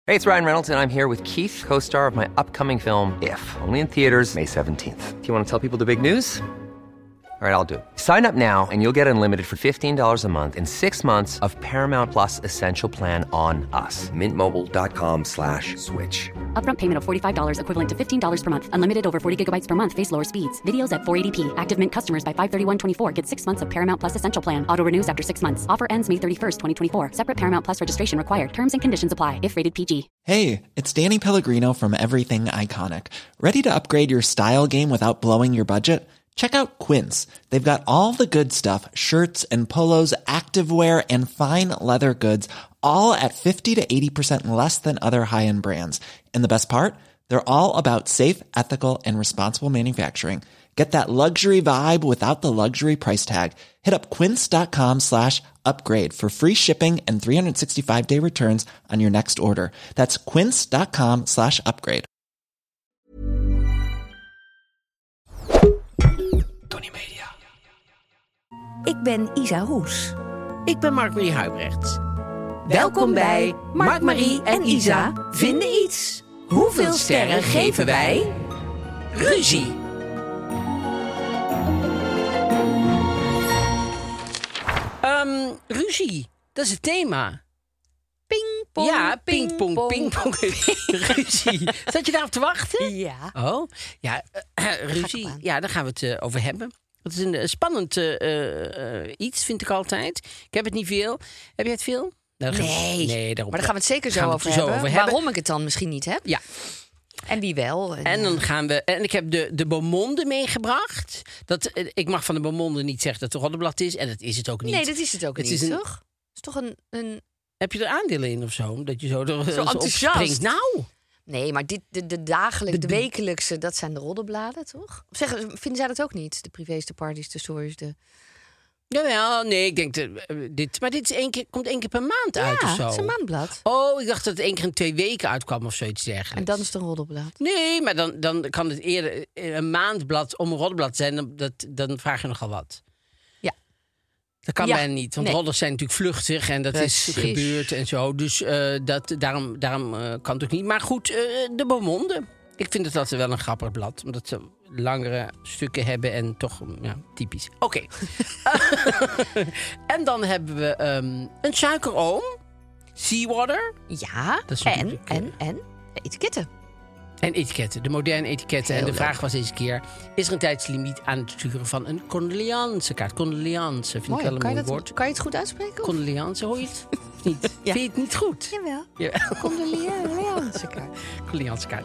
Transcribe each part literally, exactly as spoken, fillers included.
Hey, it's Ryan Reynolds, and I'm here with Keith, co-star of my upcoming film, If, only in theaters May seventeenth. Do you want to tell people the big news? All right, I'll do it. Sign up now and you'll get unlimited for fifteen dollars a month and six months of Paramount Plus Essential Plan on us. Mintmobile.com slash switch. Upfront payment of forty-five dollars equivalent to fifteen dollars per month. Unlimited over forty gigabytes per month. Face lower speeds. Videos at four eighty p. Active Mint customers by five thirty-one twenty-four get six months of Paramount Plus Essential Plan. Auto renews after six months. Offer ends May thirty-first, twenty twenty-four. Separate Paramount Plus registration required. Terms and conditions apply if rated P G. Hey, it's Danny Pellegrino from Everything Iconic. Ready to upgrade your style game without blowing your budget? Check out Quince. They've got all the good stuff, shirts and polos, activewear, and fine leather goods, all at fifty to eighty percent less than other high-end brands. And the best part? They're all about safe, ethical, and responsible manufacturing. Get that luxury vibe without the luxury price tag. Hit up quince.com slash upgrade for free shipping and three sixty-five day returns on your next order. That's quince.com slash upgrade. Tony Media. Ik ben Isa Roes. Ik ben Mark-Marie Huibrechts. Welkom bij Mark, Marie en Isa vinden iets. Hoeveel sterren geven wij? Ruzie. Um, ruzie, dat is het thema. Pingpong. Ja, pingpong, pingpong. Ruzie. Zat je daarop te wachten? Ja. Oh, ja, uh, ruzie. Ja, daar gaan we het uh, over hebben. Het is een uh, spannend uh, uh, iets, vind ik altijd. Ik heb het niet veel. Heb jij het veel? Nou, nee, nee daarom, maar daar gaan we het zeker zo, gaan we over, het zo hebben. over hebben. Waarom ik het dan misschien niet heb. Ja. En wie wel. En, en dan gaan we. En ik heb de, de Beaumonde meegebracht. Dat, ik mag van de Beaumonde niet zeggen dat het een roddelblad is. En dat is het ook niet. Nee, dat is het ook het niet, is een, toch? Het is toch een, een... Heb je er aandelen in of zo? Dat je zo, er, zo enthousiast springt. Nou. Nee, maar dit, de, de dagelijks, de, de wekelijkse, dat zijn de roddelbladen, toch? Of zeggen, vinden zij dat ook niet? De privés, de parties, de stories, de... Jawel, nee, ik denk dat uh, dit, maar dit is één keer, komt één keer per maand ja, uit of zo. Ja, het is een maandblad. Oh, ik dacht dat het één keer in twee weken uitkwam of zoiets dergelijks. En dan is het een roddelblad. Nee, maar dan, dan kan het eerder een maandblad om een roddelblad zijn. Dan, dat, dan vraag je nogal wat. Ja. Dat kan ja, bijna niet, want nee. roddels zijn natuurlijk vluchtig en dat Precies. is gebeurd en zo. Dus uh, dat, daarom, daarom uh, kan het ook niet. Maar goed, uh, de Beaumonde. Ik vind het altijd wel een grappig blad, omdat ze langere stukken hebben en toch, ja, typisch. Oké. Okay. En dan hebben we um, een suikeroom. Seawater. Ja, dat is en, en, en etiketten. En etiketten, de moderne etiketten. Heel en de leuk. vraag was deze keer, is er een tijdslimiet aan het sturen van een condoleancekaart? Condoleance, vind Mooi, ik wel een kan, je mooi dat, woord. kan je het goed uitspreken? Of? Condoleance, hoor je het? Of niet? Ja. Vind je het niet goed? Jawel. Ja. Condoleancekaart. Condoleancekaart.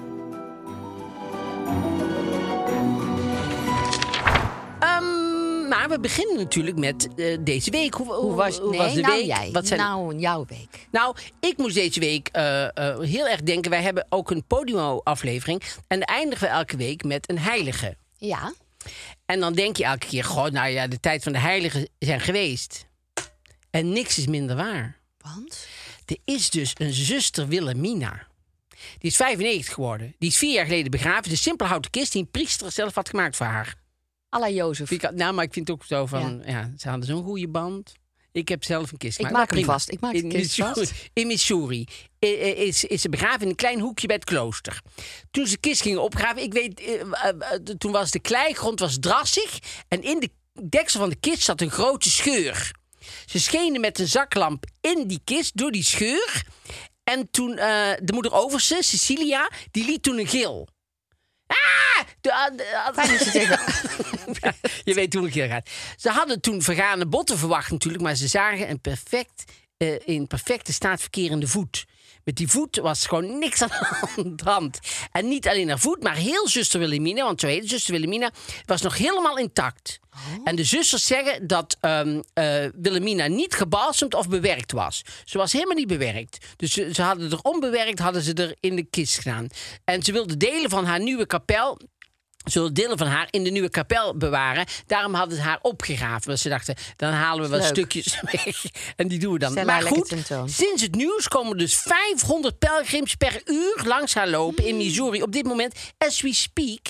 Um, maar we beginnen natuurlijk met uh, deze week. Hoe, hoe, Hoe was, hoe nee, was de nou week? jij. Wat zijn... Nou, jouw week. Nou, ik moest deze week uh, uh, heel erg denken. Wij hebben ook een Podimo-aflevering. En dan eindigen we elke week met een heilige. Ja. En dan denk je elke keer, goh, nou ja, de tijd van de heiligen zijn geweest. En niks is minder waar. Want? Er is dus een zuster Wilhelmina. Die is vijfennegentig geworden. Die is vier jaar geleden begraven. De simpele houten kist die een priester zelf had gemaakt voor haar. À la Jozef. Vind ik, nou, maar ik vind het ook zo van, ja, ja ze hadden zo'n goede band. Ik heb zelf een kist Ik gemaakt. maak hem Prima. vast. Ik maak de in kist Missouri, vast. In Missouri is, is ze begraven in een klein hoekje bij het klooster. Toen ze de kist gingen opgraven, ik weet, uh, uh, uh, toen was de kleigrond was drassig en in de deksel van de kist zat een grote scheur. Ze schenen met een zaklamp in die kist door die scheur. En toen uh, de moeder overste, Cecilia, die liet toen een gil. Ah! De, uh, de, Fijn dat je het even... ja, je weet hoe het hier gaat. Ze hadden toen vergane botten verwacht natuurlijk, maar ze zagen een perfect, uh, in perfecte staat verkerende voet. Met die voet was gewoon niks aan de hand. En niet alleen haar voet, maar heel zuster Wilhelmina, want zo heette zuster Wilhelmina, was nog helemaal intact. Oh. En de zusters zeggen dat um, uh, Wilhelmina niet gebalsemd of bewerkt was. Ze was helemaal niet bewerkt. Dus ze, ze hadden er onbewerkt, hadden ze er in de kist gedaan. En ze wilden delen van haar nieuwe kapel... zullen delen van haar in de nieuwe kapel bewaren. Daarom hadden ze haar opgegraven. Want ze dachten, dan halen we wat Leuk. stukjes weg. En die doen we dan. Stel maar haar lekker goed, tentoon. sinds het nieuws komen dus vijfhonderd pelgrims per uur langs haar lopen in Missouri. Op dit moment, as we speak, Oh.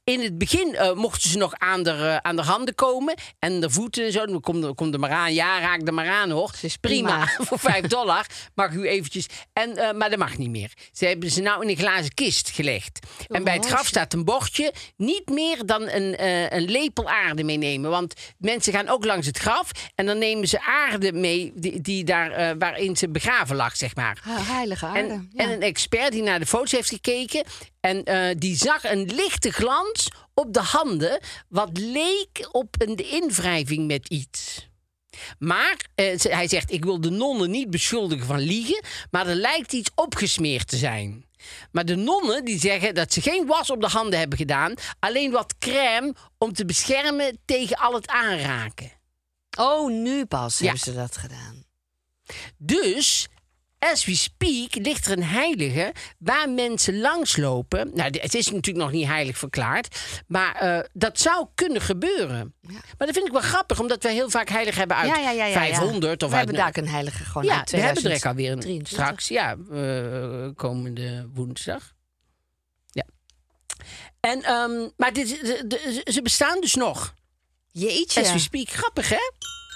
in het begin uh, mochten ze nog aan de, uh, aan de handen komen. En de voeten en zo. Dan komt er, komt er maar aan. Ja, raak er maar aan hoor. Is prima. prima. Voor vijf dollar mag u eventjes. En, uh, maar dat mag niet meer. Ze hebben ze nou in een glazen kist gelegd. Oh, en bij het graf staat een bordje. Niet meer dan een, uh, een lepel aarde meenemen. Want mensen gaan ook langs het graf. En dan nemen ze aarde mee die, die daar, uh, waarin ze begraven lag, zeg maar. Heilige aarde. En, ja. en een expert die naar de foto's heeft gekeken. En uh, die zag een lichte glans op de handen. Wat leek op een inwrijving met iets. Maar uh, hij zegt, ik wil de nonnen niet beschuldigen van liegen. Maar er lijkt iets opgesmeerd te zijn. Maar de nonnen die zeggen dat ze geen was op de handen hebben gedaan. Alleen wat crème om te beschermen tegen al het aanraken. Oh, nu pas Ja. hebben ze dat gedaan. Dus, as we speak, ligt er een heilige waar mensen langslopen. Nou, het is natuurlijk nog niet heilig verklaard. Maar uh, dat zou kunnen gebeuren. Ja. Maar dat vind ik wel grappig, omdat wij heel vaak heilig hebben uit Ja, ja, ja, ja, vijfhonderd. ja. Of We uit, hebben daar ook een heilige gewoon ja, uit we hebben er ook alweer een tweeduizend drieëntwintig. straks. Ja, uh, komende woensdag. Ja. En, um, maar dit, de, de, ze bestaan dus nog. Jeetje. As we speak. Grappig, hè?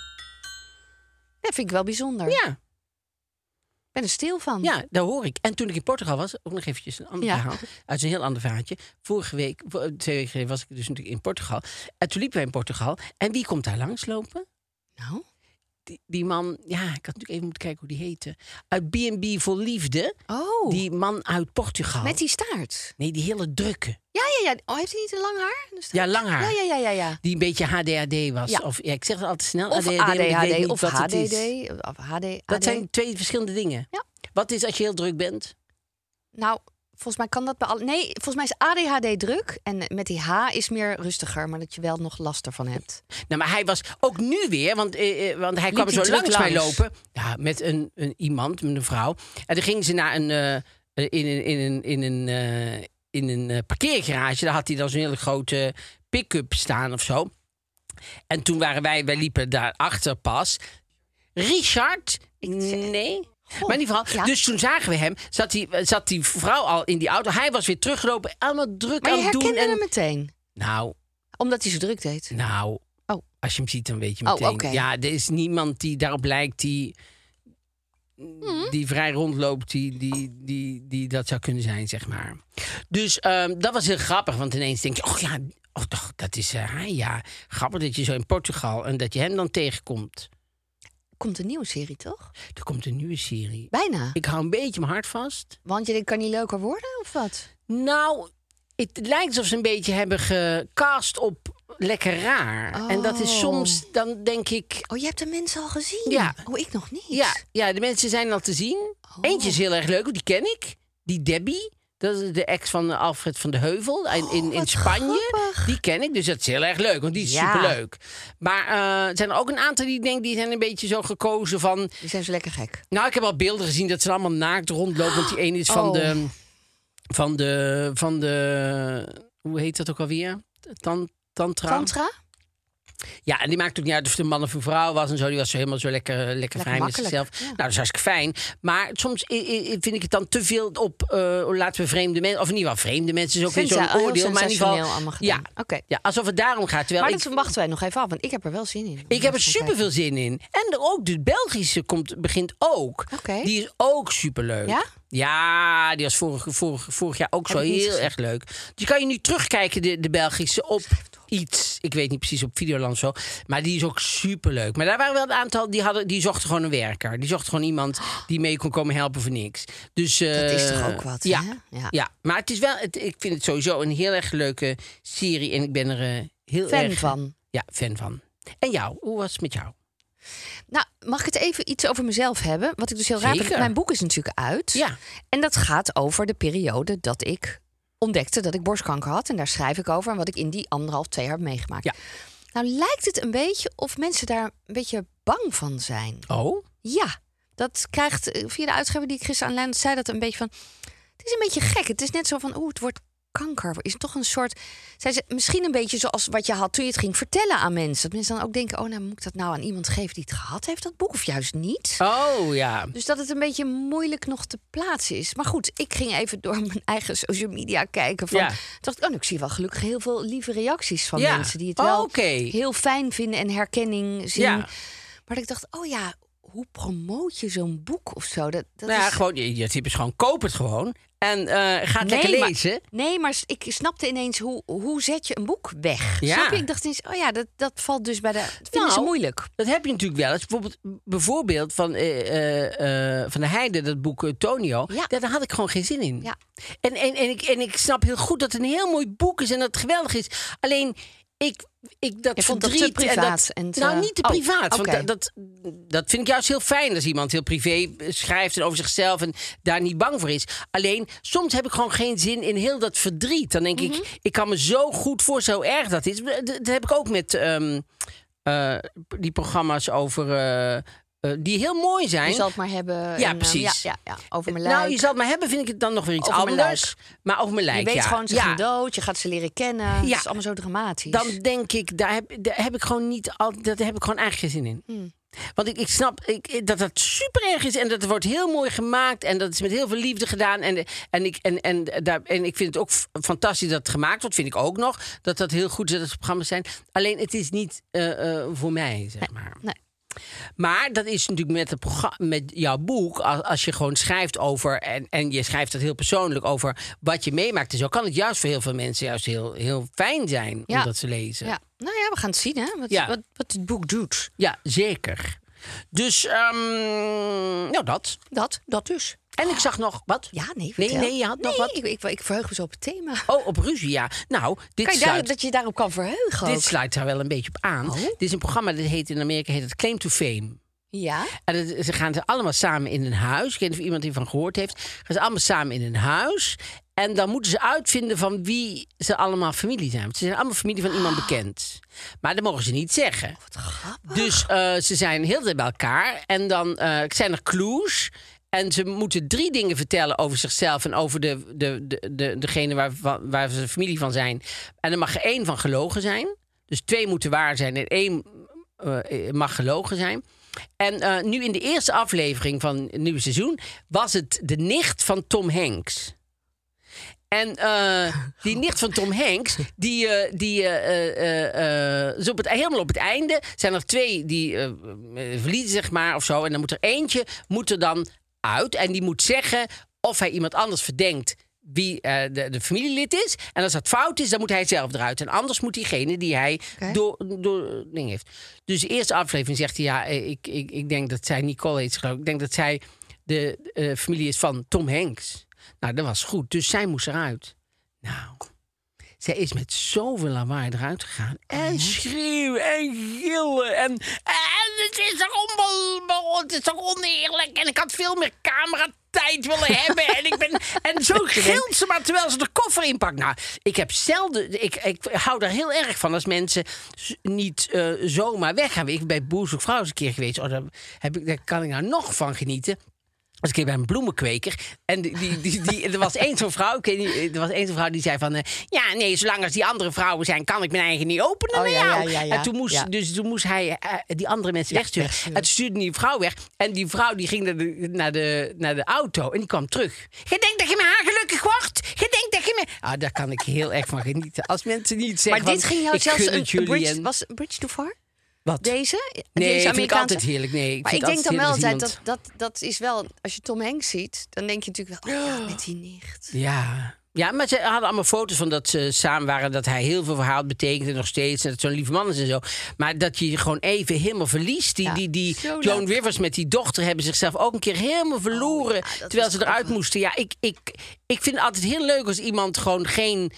Dat vind ik wel bijzonder. Ja. Ik ben er stil van. Ja, daar hoor ik. En toen ik in Portugal was, ook nog eventjes een ander Ja. verhaal. Uit een heel ander verhaaltje. Vorige week, voor- twee weken geleden was ik dus natuurlijk in Portugal. En toen liepen wij in Portugal. En wie komt daar langslopen? Nou? Die, die man, ja, ik had natuurlijk even moeten kijken hoe die heette. Uit B en B voor Liefde. Oh, Die man uit Portugal. met die staart. Nee, die hele drukke. Ja, ja, ja. Oh, heeft hij niet een lang haar? De staart? Ja, lang haar. Ja, ja, ja, ja. ja. Die een beetje H D H D was. Ja. Of, ja, ik zeg het altijd snel. Of A D H D, maar ik weet A D H niet D of wat het H D D. is. Of H D, Dat zijn twee verschillende dingen. Ja. Wat is als je heel druk bent? Nou, volgens mij kan dat bij alle... Nee, volgens mij is A D H D druk. En met die H is meer rustiger. Maar dat je wel nog last ervan hebt. Nou, maar hij was ook nu weer, want, eh, eh, want hij kwam hij zo druk langs mij langs? lopen. Ja, met een, een iemand, met een vrouw. En dan gingen ze naar een, eh, in een, in een, in een, eh, in een eh, parkeergarage. Daar had hij dan zo'n hele grote pick-up staan of zo. En toen waren wij, wij liepen daarachter pas. Richard? Nee. Maar in ieder geval, ja. dus toen zagen we hem, zat die, zat die vrouw al in die auto. Hij was weer teruggelopen, allemaal druk Maar aan je het doen. herkende En, hem meteen. nou, Omdat hij zo druk deed. nou, Oh. als je hem ziet, dan weet je Oh, meteen. oké. Ja, er is niemand die daarop lijkt die, die vrij rondloopt, die, die, die, die dat zou kunnen zijn, zeg maar. Dus um, dat was heel grappig, want ineens denk je, oh ja, oh, toch, dat is uh, hij, ja. Grappig dat je zo in Portugal en dat je hem dan tegenkomt. Komt een nieuwe serie, toch? Er komt een nieuwe serie. Bijna. Ik hou een beetje mijn hart vast. Want je denkt, kan niet leuker worden, of wat? Nou, het lijkt alsof ze een beetje hebben gecast op lekker raar. En dat is Oh. soms, dan denk ik... Oh, je hebt de mensen al gezien? Ja. Oh, ik nog niet. Ja, ja, de mensen zijn al te zien. Eentje is heel erg leuk, die ken ik. Die Debbie. Dat is de ex van Alfred van de Heuvel in, in, in wat Spanje. grappig. Die ken ik, dus dat is heel erg leuk, want die is Ja. superleuk. Maar uh, er zijn er ook een aantal die ik denk, die zijn een beetje zo gekozen van... Die zijn zo lekker gek. Nou, ik heb al beelden gezien dat ze allemaal naakt rondlopen. Want die ene is van Oh. de... Van de... Van de... Hoe heet dat ook alweer? Tan, tantra? Tantra? Ja, en die maakt ook niet uit of het een man of een vrouw was en zo. Die was zo helemaal zo lekker, lekker, lekker vrij met makkelijk, zichzelf. ja. Nou, dat is hartstikke fijn. Maar soms i- i- vind ik het dan te veel op, uh, laten we vreemde mensen... Of in ieder geval vreemde mensen, is ook weer Sensa- zo'n heel oordeel. Maar in ieder sensationeel geval... allemaal Ja, gedaan. Oké. ja, alsof het daarom gaat. Terwijl Maar ik, dat wachten wij nog even af, want ik heb er wel zin in. ik heb er super veel zin in. En er ook de Belgische komt, begint ook. Oké. Die is ook superleuk. Ja? Ja, die was vorig, vorig, vorig jaar ook Heb zo ik niet heel gezien. erg leuk. Dus kan je nu terugkijken, de, de Belgische, op iets. Ik weet niet precies, op Videoland of zo. Maar die is ook superleuk. Maar daar waren wel een aantal, die, hadden, die zochten gewoon een werker. Die zochten gewoon iemand die mee kon komen helpen voor niks. Dus, uh, Dat is toch ook wat, ja, hè? Ja. Ja. Maar het is wel, het, ik vind het sowieso een heel erg leuke serie. En ik ben er uh, heel Fan erg... van. Ja, fan van. En jou, hoe was het met jou? Nou, mag ik het even iets over mezelf hebben? Wat ik dus heel raar vind. Zeker. Mijn boek is natuurlijk uit. Ja. En dat gaat over de periode dat ik ontdekte dat ik borstkanker had. En daar schrijf ik over. En wat ik in die anderhalf, twee jaar heb meegemaakt. Ja. Nou lijkt het een beetje of mensen daar een beetje bang van zijn. Oh? Ja, dat krijgt eh, via de uitgever die ik gisteren aan Lijn zei dat een beetje van... Het is een beetje gek. Het is net zo van, oeh, het wordt kanker is toch een soort... Zei ze, misschien een beetje zoals wat je had toen je het ging vertellen aan mensen. Dat mensen dan ook denken, oh, nou moet ik dat nou aan iemand geven die het gehad heeft, dat boek, of juist niet. Oh, ja. Dus dat het een beetje moeilijk nog te plaatsen is. Maar goed, ik ging even door mijn eigen social media kijken. Van, Ja. Toen dacht ik, oh, nou, ik zie wel gelukkig heel veel lieve reacties van Ja. mensen die het Oh, wel oké. heel fijn vinden en herkenning zien. Ja. Maar dat ik dacht, oh ja, hoe promoot je zo'n boek of zo? Dat, dat Nou ja, is... gewoon, je, je type is gewoon, koop het gewoon. En uh, ga het lekker maar- lezen. nee, maar ik snapte ineens, hoe, hoe zet je een boek weg? Ja. Snap je? Ik dacht eens, oh ja, dat, dat valt dus bij de... Dat vinden Nou, ze moeilijk. Dat heb je natuurlijk wel eens. Bijvoorbeeld, bijvoorbeeld van, uh, uh, uh, van de Heide, dat boek uh, Tonio. Ja. Daar, daar had ik gewoon geen zin in. Ja. En, en, en, ik, en ik snap heel goed dat het een heel mooi boek is en dat het geweldig is. Alleen, ik, ik dat Je vond dat te verdriet en privaat dat, en te- Nou, niet te Oh, privaat. Want oké. dat, dat, dat vind ik juist heel fijn als iemand heel privé schrijft en over zichzelf en daar niet bang voor is. Alleen, soms heb ik gewoon geen zin in heel dat verdriet. Dan denk Mhm. ik, ik kan me zo goed voorstellen hoe erg dat is. Dat, dat heb ik ook met um, uh, die programma's over... Uh, Uh, die heel mooi zijn. Je zal het maar hebben. Ja, en, precies. Uh, ja, ja, ja, over mijn lijk. Nou, je zal het maar hebben, vind ik het dan nog weer iets Over mijn anders. Maar over mijn lijk, Je weet ja. gewoon, ze ja. gaan dood, je gaat ze leren kennen. Ja. Het is allemaal zo dramatisch. Dan denk ik, daar heb, daar heb ik gewoon niet al, daar heb ik gewoon eigenlijk geen zin in. Hmm. Want ik, ik snap ik, dat dat super erg is en dat het wordt heel mooi gemaakt en dat is met heel veel liefde gedaan. En, en, ik, en, en, daar, en ik vind het ook f- fantastisch dat het gemaakt wordt, vind ik ook nog. Dat dat heel goed is dat het programma's zijn. Alleen het is niet uh, uh, voor mij, zeg maar. Nee. Maar dat is natuurlijk met, het programma, met jouw boek, als, als je gewoon schrijft over, en, en je schrijft dat heel persoonlijk over wat je meemaakt en zo, kan het juist voor heel veel mensen juist heel, heel fijn zijn Ja. om dat te lezen. Ja. Nou ja, we gaan het zien, hè? Wat, Ja. wat, wat het boek doet. Ja, zeker. Dus, um, nou dat. Dat, dat dus. En ik zag nog, wat? Ja, nee, Nee, vertel. nee, je had nog Nee, wat? Ik, ik, ik verheug me zo op het thema. Oh, op ruzie, ja. Nou, dit Kan je sluit, daar, dat je daarop kan verheugen ook? dit sluit daar wel een beetje op aan. Oh. Dit is een programma, dat heet in Amerika heet het Claim to Fame. Ja? En het- ze gaan ze allemaal samen in een huis. Ik weet niet of iemand hiervan gehoord heeft. Gaan ze allemaal samen in een huis. En dan moeten ze uitvinden van wie ze allemaal familie zijn. Want ze zijn allemaal familie van iemand bekend. Maar dat mogen ze niet zeggen. Wat grappig. Dus uh, ze zijn heel de tijd bij elkaar. En dan uh, zijn er clues. En ze moeten drie dingen vertellen over zichzelf en over de, de, de, de, degene waar, waar ze familie van zijn. En er mag er één van gelogen zijn. Dus twee moeten waar zijn en één uh, mag gelogen zijn. En uh, nu in de eerste aflevering van het nieuwe seizoen was het de nicht van Tom Hanks. En uh, die nicht van Tom Hanks, die, uh, die uh, uh, uh, is op het, helemaal op het einde zijn er twee die uh, verliezen, zeg maar, of zo. En dan moet er eentje moet er dan uit en die moet zeggen of hij iemand anders verdenkt wie uh, de, de familielid is. En als dat fout is, dan moet hij zelf eruit. En anders moet diegene die hij Oké. door, door ding heeft. Dus de eerste aflevering zegt hij, ja, ik, ik, ik denk dat zij, Nicole heet ze geloof ik, ik denk dat zij de uh, familie is van Tom Hanks. Nou, dat was goed. Dus zij moest eruit. Nou, zij is met zoveel lawaai eruit gegaan. En schreeuwen en gillen. En, en het is toch onbel, het is toch oneerlijk. En ik had veel meer cameratijd willen hebben. En, ik ben, en zo gilt ze maar terwijl ze de koffer inpakt. Nou, ik heb zelden... Ik, ik hou daar heel erg van als mensen niet uh, zomaar weggaan. Ik ben bij Boer Zoekt Vrouw eens een keer geweest. Oh, daar, heb ik, daar kan ik nou nog van genieten. Als ik keer bij een bloemenkweker. En die, die, die, die, er was één zo'n vrouw. Ik weet niet, er was één zo'n vrouw die zei van... Uh, ja, nee, zolang als die andere vrouwen zijn... kan ik mijn eigen niet openen Oh, naar ja, jou. ja, ja, ja. En toen moest, Ja. dus toen moest hij uh, die andere mensen Ja, wegsturen. wegsturen. En toen stuurde die vrouw weg. En die vrouw die ging naar de, naar, de, naar de auto. En die kwam terug. Je denkt dat je met haar gelukkig wordt? Je denkt dat je me... Ah, daar kan ik heel erg van genieten. Als mensen niet zeggen Maar dit van, ging jou ik zelfs gun een, het een jullie bridge... en- Was een bridge too far? Wat? Deze? Nee, Deze vind ik Amerikaanse- altijd heerlijk. Nee, ik Maar vind ik denk het dan wel altijd altijd heerlijk dat, als dat dat is wel... Als je Tom Hanks ziet, dan denk je natuurlijk wel... Oh ja, met die nicht. iemand- Ja... Ja, maar ze hadden allemaal foto's van dat ze samen waren. Dat hij heel veel voor haar had betekend en nog steeds. En dat zo'n lieve man is en zo. Maar dat je je gewoon even helemaal verliest. Die, Ja, die, die zo Joan leuk. Rivers met die dochter hebben zichzelf ook een keer helemaal verloren. ja, dat terwijl was ze eruit grappig. moesten. Ja, ik, ik, ik vind het altijd heel leuk als iemand gewoon geen...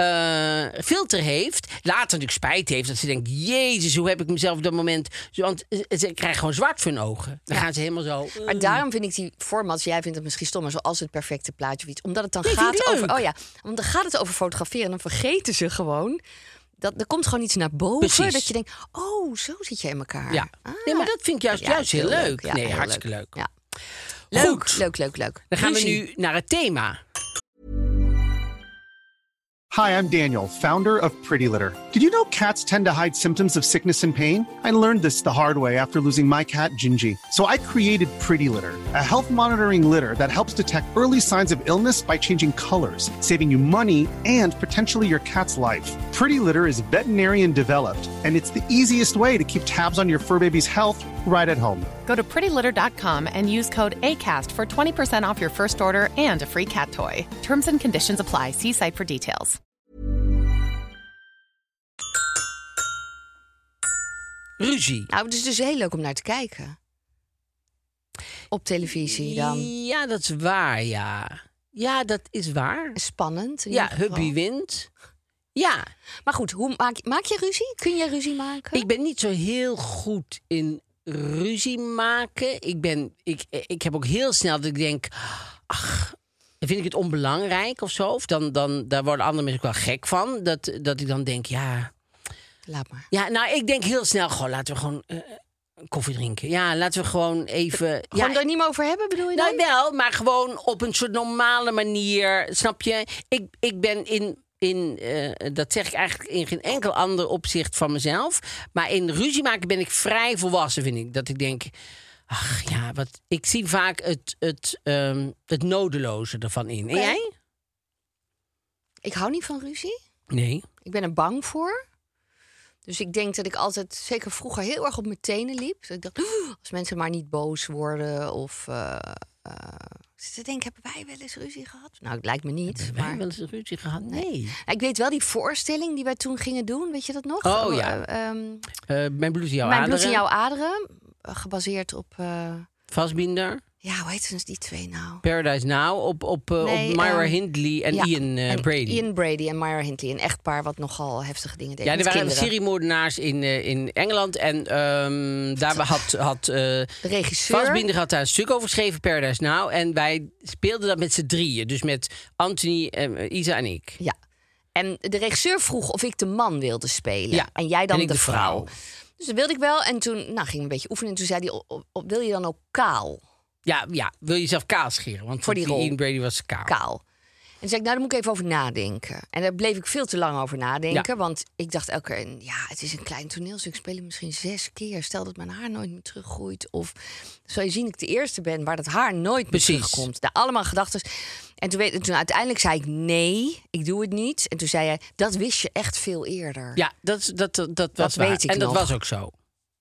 Uh, filter heeft, later natuurlijk spijt heeft, dat ze denkt, jezus, hoe heb ik mezelf op dat moment... Zo, want ze krijgen gewoon zwart voor hun ogen. Dan Ja. gaan ze helemaal zo... uh. Maar daarom vind ik die formats, jij vindt het misschien stom, maar zoals het perfecte plaatje of iets. Omdat het dan Nee, vind ik gaat leuk. over. Oh ja, want dan gaat het over fotograferen. En dan vergeten ze gewoon. Dat, er komt gewoon iets naar boven. Precies. Dat je denkt, oh, zo zit je in elkaar. Ja. Ah. Nee, maar dat vind ik juist, Ja, juist heel leuk. Ja, nee, heel hartstikke leuk. Ja. Leuk, Goed. leuk, leuk, leuk. Dan gaan we Ruzie. nu naar het thema. Hi, I'm Daniel, founder of Pretty Litter. Did you know cats tend to hide symptoms of sickness and pain? I learned this the hard way after losing my cat, Gingy. So I created Pretty Litter, a health monitoring litter that helps detect early signs of illness by changing colors, saving you money and potentially your cat's life. Pretty Litter is veterinarian developed, and it's the easiest way to keep tabs on your fur baby's health right at home. Go to pretty litter dot com and use code ACAST for twenty percent off your first order and a free cat toy. Terms and conditions apply. See site for details. Ruzie. Nou, het is dus heel leuk om naar te kijken. Op televisie dan. Ja, dat is waar, ja. Ja, dat is waar. Spannend. in Ja, ieder geval. Hubby wint. Ja. Maar goed, hoe maak, maak je ruzie? Kun je ruzie maken? Ik ben niet zo heel goed in ruzie maken. Ik, ben, ik, ik heb ook heel snel dat ik denk... Ach, dan vind ik het onbelangrijk of zo. Of dan, dan, daar worden andere mensen ook wel gek van. Dat, dat ik dan denk, ja... Laat maar. Ja, nou, ik denk heel snel, gewoon laten we gewoon uh, koffie drinken. Ja, laten we gewoon even... Gewoon ja, daar niet meer over hebben, bedoel je dan? nou, wel, maar gewoon op een soort normale manier. Snap je? Ik, ik ben in... in uh, dat zeg ik eigenlijk in geen enkel ander opzicht van mezelf. Maar in ruzie maken ben ik vrij volwassen, vind ik. Dat ik denk... Ach ja, wat, ik zie vaak het, het, um, het nodeloze ervan in. En Okay. jij? Ik hou niet van ruzie. Nee. Ik ben er bang voor. Dus ik denk dat ik altijd, zeker vroeger, heel erg op mijn tenen liep. Dat ik dacht, "Oeh, als mensen maar niet boos worden of... Uh, uh, ze denken, hebben wij wel eens ruzie gehad? Nou, het lijkt me niet. Hebben wij maar... wel eens een ruzie gehad? Nee. Ik weet wel die voorstelling die wij toen gingen doen. Weet je dat nog? Oh, ja. Uh, um, Uh, mijn bloed in jouw Mijn aderen. bloed in jouw aderen. uh, Gebaseerd op... Uh... Vastbinder. Ja, hoe heet ze die twee nou? Paradise Now. Op, op, uh, Nee, op Myra um, Hindley en ja, Ian uh, en Brady. Ian Brady en Myra Hindley. Een echtpaar wat nogal heftige dingen deed Ja, met die waren kinderen. seriemoordenaars in, uh, in Engeland. En um, daar had, had uh, De regisseur. Vastbinder had daar een stuk over geschreven, Paradise Now. En wij speelden dat met z'n drieën. Dus met Anthony, uh, Isa en ik. Ja. En de regisseur vroeg of ik de man wilde spelen. Ja, En jij dan en ik de, de vrouw. vrouw. Dus dat wilde ik wel. En toen nou, ging we een beetje oefenen. En toen zei hij, "O- o- wil je dan ook kaal? Ja, ja, wil je zelf kaal scheren? Want Voor die rol. Ian Brady was kaal. Kaal. En toen zei ik, nou, daar moet ik even over nadenken. En daar bleef ik veel te lang over nadenken. Ja. Want ik dacht elke keer, ja, het is een klein toneelstuk. Ik speel het misschien zes keer. Stel dat mijn haar nooit meer teruggroeit. Of zal je zien dat ik de eerste ben waar dat haar nooit meer Precies. terugkomt. Daar allemaal gedachten. En toen, weet, en toen uiteindelijk zei ik, nee, ik doe het niet. En toen zei hij, dat wist je echt veel eerder. Ja, dat, dat, dat, dat was weet waar. ik En dat nog. was ook zo.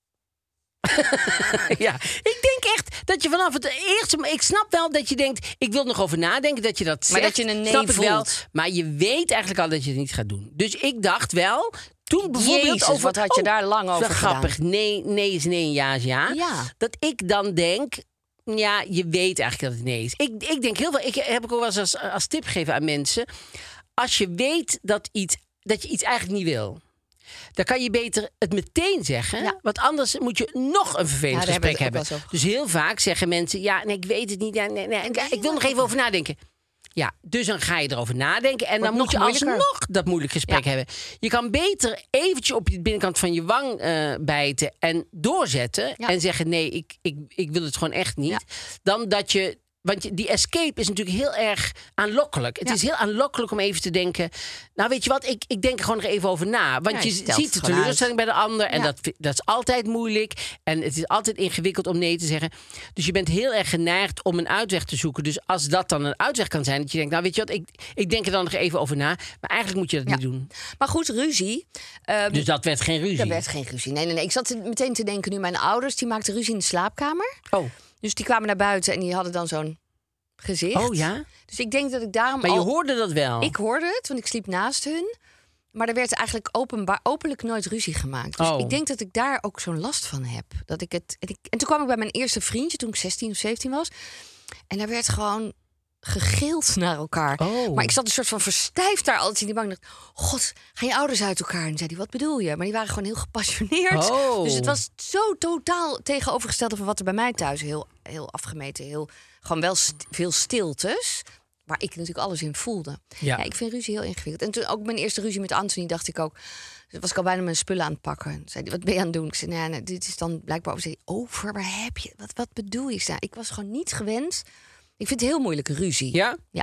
Ja, ik denk echt dat je vanaf het eerste... Ik snap wel dat je denkt, ik wil er nog over nadenken, dat je dat zegt. Maar dat je een nee snap ik wel. voelt. Maar je weet eigenlijk al dat je het niet gaat doen. Dus ik dacht wel, toen bijvoorbeeld Jezus, over... wat had je oh, daar lang dat is over wel grappig. Nee, nee is nee en ja is ja. Ja. Dat ik dan denk... Ja, je weet eigenlijk dat het nee is. Ik, ik denk heel veel... Ik heb ik ook wel eens als, als tip gegeven aan mensen. Als je weet dat, iets, dat je iets eigenlijk niet wil... Dan kan je beter het meteen zeggen. Ja. Want anders moet je nog een vervelend Ja, daar hebben gesprek we het ook hebben. wel eens over Dus heel vaak zeggen mensen... Ja, nee, ik weet het niet. Ja, nee, nee, ik, ik wil nog even over nadenken. Ja, dus dan ga je erover nadenken. En dan nog moet je moeilijker. alsnog dat moeilijk gesprek Ja. hebben. Je kan beter eventjes op je binnenkant van je wang eh, bijten... en doorzetten. Ja. En zeggen, nee, ik, ik, ik wil het gewoon echt niet. Ja. Dan dat je... Want je- die escape is natuurlijk heel erg aanlokkelijk. Het Ja. is heel aanlokkelijk om even te denken... Nou, weet je wat, ik, ik denk er gewoon nog even over na. Want Ja, je je stelt ziet het de gewoon teleurstelling bij de ander. En Ja. dat, vi- dat is altijd moeilijk. En het is altijd ingewikkeld om nee te zeggen. Dus je bent heel erg geneigd om een uitweg te zoeken. Dus als dat dan een uitweg kan zijn... dat je denkt, nou weet je wat, ik, ik denk er dan nog even over na. Maar eigenlijk moet je dat Ja. niet doen. Maar goed, ruzie. Um, Dus dat werd geen ruzie. Er werd geen ruzie. Nee, nee, nee. Ik zat meteen te denken nu, mijn ouders die maakten ruzie in de slaapkamer. Oh. Dus die kwamen naar buiten en die hadden dan zo'n gezicht. Oh ja? Dus ik denk dat ik daarom Maar je al... hoorde dat wel. Ik hoorde het, want ik sliep naast hun. Maar er werd eigenlijk openbaar, openlijk nooit ruzie gemaakt. Dus Oh. ik denk dat ik daar ook zo'n last van heb. Dat ik het, en, ik, en toen kwam ik bij mijn eerste vriendje, toen ik zestien of zeventien was. En daar werd gewoon gegild naar elkaar. Oh. Maar ik zat een soort van verstijfd daar altijd in die bank. Ik dacht, god, gaan je ouders uit elkaar? En zei hij, wat bedoel je? Maar die waren gewoon heel gepassioneerd. Oh. Dus het was zo totaal tegenovergestelde van wat er bij mij thuis heel, heel afgemeten. Heel, gewoon wel st- veel stiltes. Waar ik natuurlijk alles in voelde. Ja. Ja, ik vind ruzie heel ingewikkeld. En toen ook mijn eerste ruzie met Anthony dacht ik ook... was ik al bijna mijn spullen aan het pakken. Toen zei hij, wat ben je aan het doen? Ik zei, nee, nee, dit is dan blijkbaar over. Zei hij, over, waar heb je? Wat, wat bedoel je? Ik zei, ik was gewoon niet gewend. Ik vind het heel moeilijk, ruzie. Ja? Ja.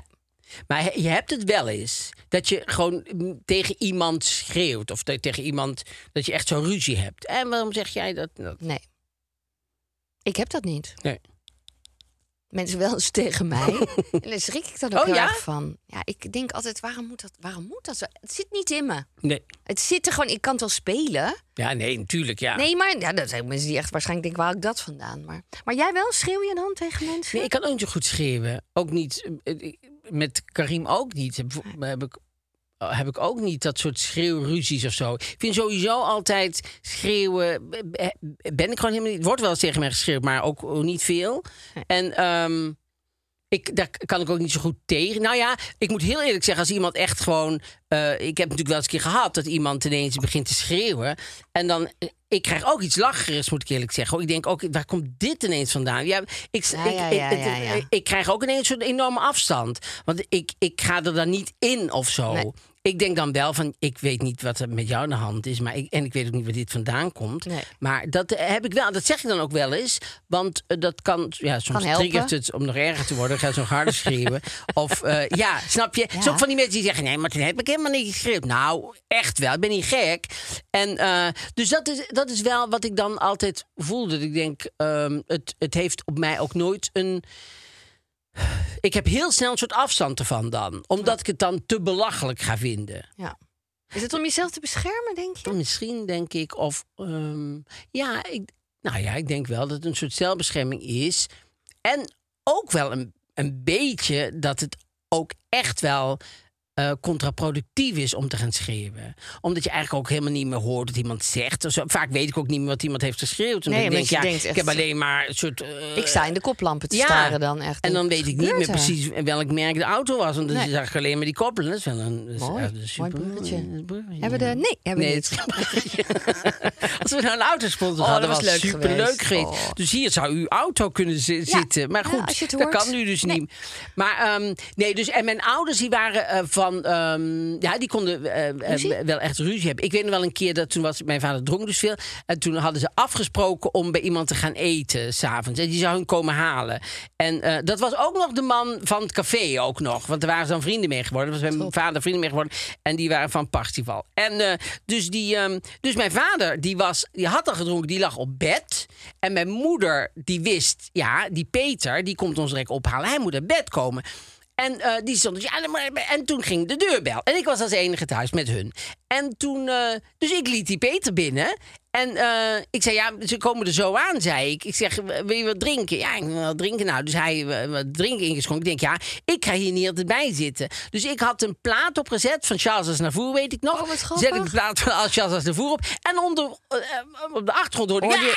Maar je hebt het wel eens dat je gewoon tegen iemand schreeuwt. Of dat tegen iemand dat je echt zo'n ruzie hebt. En waarom zeg jij dat? dat? Nee. Ik heb dat niet. Nee. Mensen wel eens tegen mij. En daar schrik ik dan ook Oh, heel ja? erg van. Ja, ik denk altijd, waarom moet dat, waarom moet dat zo? Het zit niet in me. Nee. Het zit er gewoon, ik kan het wel spelen. Ja, nee, natuurlijk, ja. Nee, maar ja, dat zijn ook mensen die echt waarschijnlijk denken, waar haal ik dat vandaan? Maar, maar jij wel? Schreeuw je dan tegen mensen? Nee, ik kan ook niet zo goed schreeuwen. Ook niet, eh, met Karim ook niet. Heb, heb ik heb ik ook niet dat soort schreeuwruzies of zo. Ik vind sowieso altijd schreeuwen... Ben ik gewoon helemaal niet... Het wordt wel eens tegen mij geschreeuwd, maar ook niet veel. En um, ik, daar kan ik ook niet zo goed tegen. Nou ja, ik moet heel eerlijk zeggen, als iemand echt gewoon... Uh, ik heb natuurlijk wel eens een keer gehad dat iemand ineens begint te schreeuwen. En dan... Ik krijg ook iets lacherigs, moet ik eerlijk zeggen. Ik denk ook, waar komt dit ineens vandaan? Ja, ik, Ja, ik, ja, ik, ja, het- ja, ja. ik krijg ook ineens zo'n enorme afstand. Want ik, ik ga er dan niet in of zo. Nee. Ik denk dan wel van, ik weet niet wat er met jou aan de hand is. Maar ik, en ik weet ook niet waar dit vandaan komt. Nee. Maar dat eh, heb ik wel. Dat zeg ik dan ook wel eens. Want eh, dat kan, ja, soms Kan helpen. triggert het om nog erger te worden. Dan ga je zo harder schreeuwen. Of eh, ja, snap je? Het is ook van die mensen die zeggen, nee, maar toen heb ik helemaal niet geschreeuwd. Nou, echt wel. Ik ben niet gek. En eh, dus dat is, dat is wel wat ik dan altijd voelde. Dat ik denk, ehm, het, het heeft op mij ook nooit een... Ik heb heel snel een soort afstand ervan dan. Omdat ik het dan te belachelijk ga vinden. Ja. Is het om jezelf te beschermen, denk je? Misschien denk ik, of... ehm, ja, ik, nou ja, ik denk wel dat het een soort zelfbescherming is. En ook wel een, een beetje dat het ook echt wel... eh, contraproductief is om te gaan schreeuwen. Omdat je eigenlijk ook helemaal niet meer hoort wat iemand zegt. Of zo. Vaak weet ik ook niet meer wat iemand heeft geschreeuwd. Omdat Nee, ik denk, want je ja, denkt echt- ik heb alleen maar een soort... eh, Ik sta in de koplampen te ja. staren dan echt. En dan weet ik niet Gebeurt meer er? precies welk merk de auto was. Want dan Nee. zag ik alleen maar die koppelen. Dat is wel een, dat is Mooi. echt een super Mooi bruggetje. een bruggetje. Hebben we de... Nee, hebben we Nee, niet. het is geen bruggetje. Als we nou een autosponsor Oh, hadden, dat was was het leuk super leuk geweest. geweest. Oh. Dus hier zou uw auto kunnen zi- zitten. Maar Ja, goed, als je het dat hoort. kan nu dus Nee. niet. Maar ehm, nee, dus en mijn ouders die waren eh, van, ehm, ja, die konden eh, eh, Ruzie? wel echt ruzie hebben. Ik weet nog wel een keer dat toen was mijn vader dronk dus veel. En toen hadden ze afgesproken om bij iemand te gaan eten s'avonds. En die zou hun komen halen. En eh, dat was ook nog de man van het café ook nog. Want er waren ze dan vrienden mee geworden. Er was mijn vader vrienden mee geworden. En die waren van Parsifal. En eh, dus, die, ehm, dus mijn vader, die, was, die had al gedronken, die lag op bed. En mijn moeder, die wist, ja, die Peter, die komt ons direct ophalen. Hij moet naar bed komen. En eh, die stond dus, ja, maar- en toen ging de deurbel. En ik was als enige thuis met hun. En toen, eh, dus ik liet die Peter binnen. En eh, ik zei, ja, ze komen er zo aan, zei ik. Ik zeg, wil je wat drinken? Ja, ik wil wel drinken. Nou, dus hij eh, wat drinken ingeschonken. Ik denk, ja, ik ga hier niet altijd bij zitten. Dus ik had een plaat opgezet van Charles Aznavour, weet ik nog. Oh, wat grappig. Zet ik de plaat van Charles Aznavour op. En onder, eh, op de achtergrond hoorde ik... Hoorde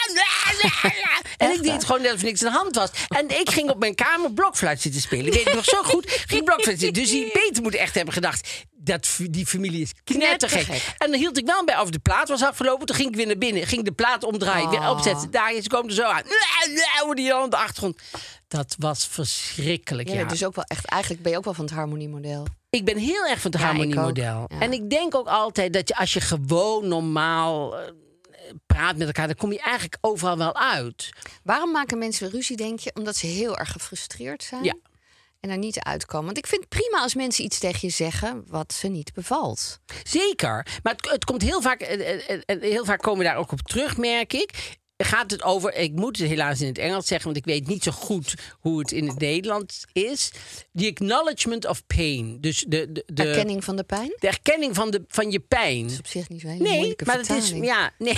je- En ik deed gewoon net of niks aan de hand was. En ik ging op mijn kamer blokfluit zitten spelen. Ik weet het nog zo goed. Ging blokfluit zitten. Dus die Peter moet echt hebben gedacht... Dat, die familie is knettergek. Knettergek. En dan hield ik wel bij of de plaat was afgelopen. Toen ging ik weer naar binnen. Ging de plaat omdraaien. Weer opzetten. Daar is, komen er zo aan. Hoorde die dan op de achtergrond. Dat was verschrikkelijk. Ja, Ja, dus ook wel echt, eigenlijk ben je ook wel van het harmoniemodel. Ik ben heel erg van het Ja, ik harmoniemodel. ook, ja. En ik denk ook altijd dat je als je gewoon normaal eh, praat met elkaar... dan kom je eigenlijk overal wel uit. Waarom maken mensen ruzie, denk je? Omdat ze heel erg gefrustreerd zijn. Ja. En er niet uitkomen. Want ik vind het prima als mensen iets tegen je zeggen wat ze niet bevalt. Zeker. Maar het, het komt heel vaak, eh, eh, eh, heel vaak komen we daar ook op terug, merk ik. Gaat het over, ik moet het helaas in het Engels zeggen, want ik weet niet zo goed hoe het in het Nederlands is. The acknowledgement of pain. Dus de, de, de, Erkenning van de pijn? de erkenning van, de, van je pijn. Dat is op zich niet zo'n hele Nee, moeilijke maar het is, vertaling. ja, nee.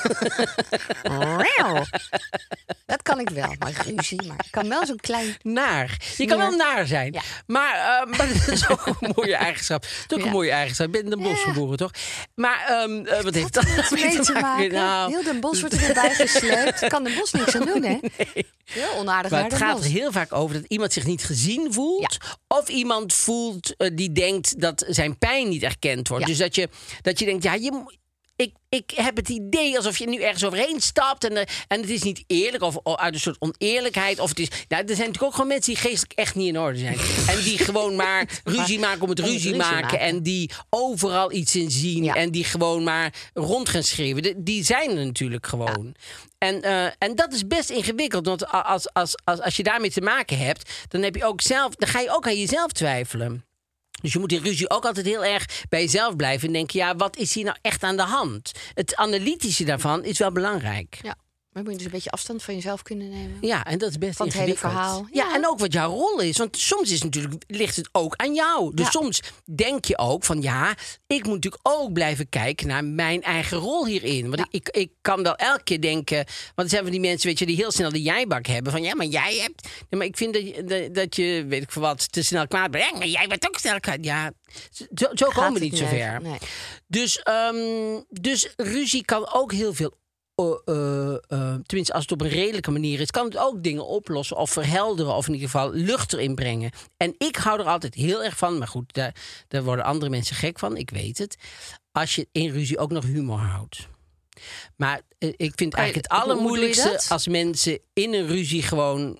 Dat kan ik wel, maar ruzie. Maar ik kan wel zo'n klein... Naar. Je kan wel naar zijn. Ja. Maar, uh, maar dat is ook een mooie eigenschap. Dat is ook Ja. een mooie eigenschap. Ik ben in Den Bosch Ja. geboren, toch? Maar um, uh, wat heeft dat Wat mee te maken? Nou, Heel Den Bosch wordt er weer bij gesleept. Kan Den Bosch niks aan doen, hè? Heel onaardig maar naar het Den gaat er Bosch. heel vaak over dat iemand zich niet gezien voelt. Of iemand voelt uh, die denkt dat zijn pijn niet erkend wordt. Ja. Dus dat je, dat je denkt, ja, je, mo- ik, ik heb het idee alsof je nu ergens overheen stapt. En, uh, en het is niet eerlijk. Of, of uit een soort oneerlijkheid. Of het is, nou, er zijn natuurlijk ook gewoon mensen die geestelijk echt niet in orde zijn. En die gewoon maar ruzie maken om het ruzie, ruzie maken. maken. En die overal iets in zien. Ja. En die gewoon maar rond gaan schreeuwen. De, die zijn er natuurlijk gewoon. Ja. En, uh, en dat is best ingewikkeld. Want als, als, als, als je daarmee te maken hebt, dan heb je ook zelf, dan ga je ook aan jezelf twijfelen. Dus je moet in ruzie ook altijd heel erg bij jezelf blijven en denken, ja, wat is hier nou echt aan de hand? Het analytische daarvan is wel belangrijk. Ja. Maar moet je dus een beetje afstand van jezelf kunnen nemen. Ja, en dat is best van het ingewikkeld. hele verhaal. Ja. ja, en ook wat jouw rol is. Want soms is het natuurlijk, ligt het ook aan jou. Dus ja. soms denk je ook van, ja, ik moet natuurlijk ook blijven kijken naar mijn eigen rol hierin. Want ja. ik, ik, ik kan wel elke keer denken, want er zijn van die mensen, weet je, die heel snel de jijbak hebben. Van, ja, maar jij hebt... Nee, maar ik vind dat je, dat je, weet ik veel wat, te snel kwaad bent. Ja, maar jij bent ook snel kwaad. Ja, zo, zo komen we niet zo ver. Nee. Dus, um, dus ruzie kan ook heel veel Uh, uh, uh, tenminste, als het op een redelijke manier is, kan het ook dingen oplossen of verhelderen of in ieder geval lucht erin brengen. En ik hou er altijd heel erg van, maar goed, daar, daar worden andere mensen gek van, ik weet het. Als je in ruzie ook nog humor houdt. Maar uh, ik vind eigenlijk het allermoeilijkste als mensen in een ruzie gewoon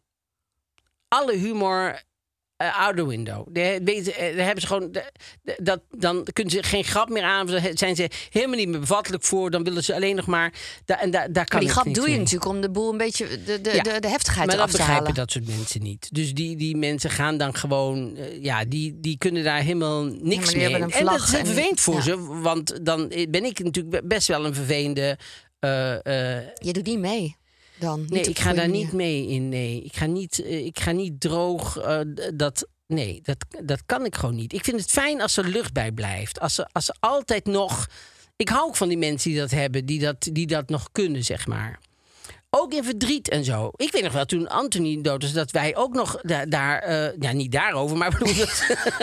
alle humor Uh, out the window. Daar hebben ze gewoon. De, de, dat, dan kunnen ze geen grap meer aan. Dan zijn ze helemaal niet meer bevattelijk voor. Dan willen ze alleen nog maar. Da, en da, daar kan maar die grap doe je mee. natuurlijk om de boel een beetje. De, de, ja, de, de heftigheid maar eraf te halen. Maar dat begrijpen dat soort mensen niet. Dus die, die mensen gaan dan gewoon. Uh, ja, die, die kunnen daar helemaal niks ja, mee. En dat is vervelend voor ja. ze. Want dan ben ik natuurlijk best wel een vervelende. Uh, uh, je doet niet mee. Dan, nee, niet ik ga daar manier. niet mee in. Nee, ik ga niet, uh, ik ga niet droog. Uh, dat. Nee, dat, dat kan ik gewoon niet. Ik vind het fijn als er lucht bij blijft. Als er, als er altijd nog... Ik hou ook van die mensen die dat hebben, die dat, die dat nog kunnen, zeg maar. Ook in verdriet en zo. Ik weet nog wel, toen Anthony dood was, dat wij ook nog da- daar... Uh, ja, niet daarover, maar, bedoel dat,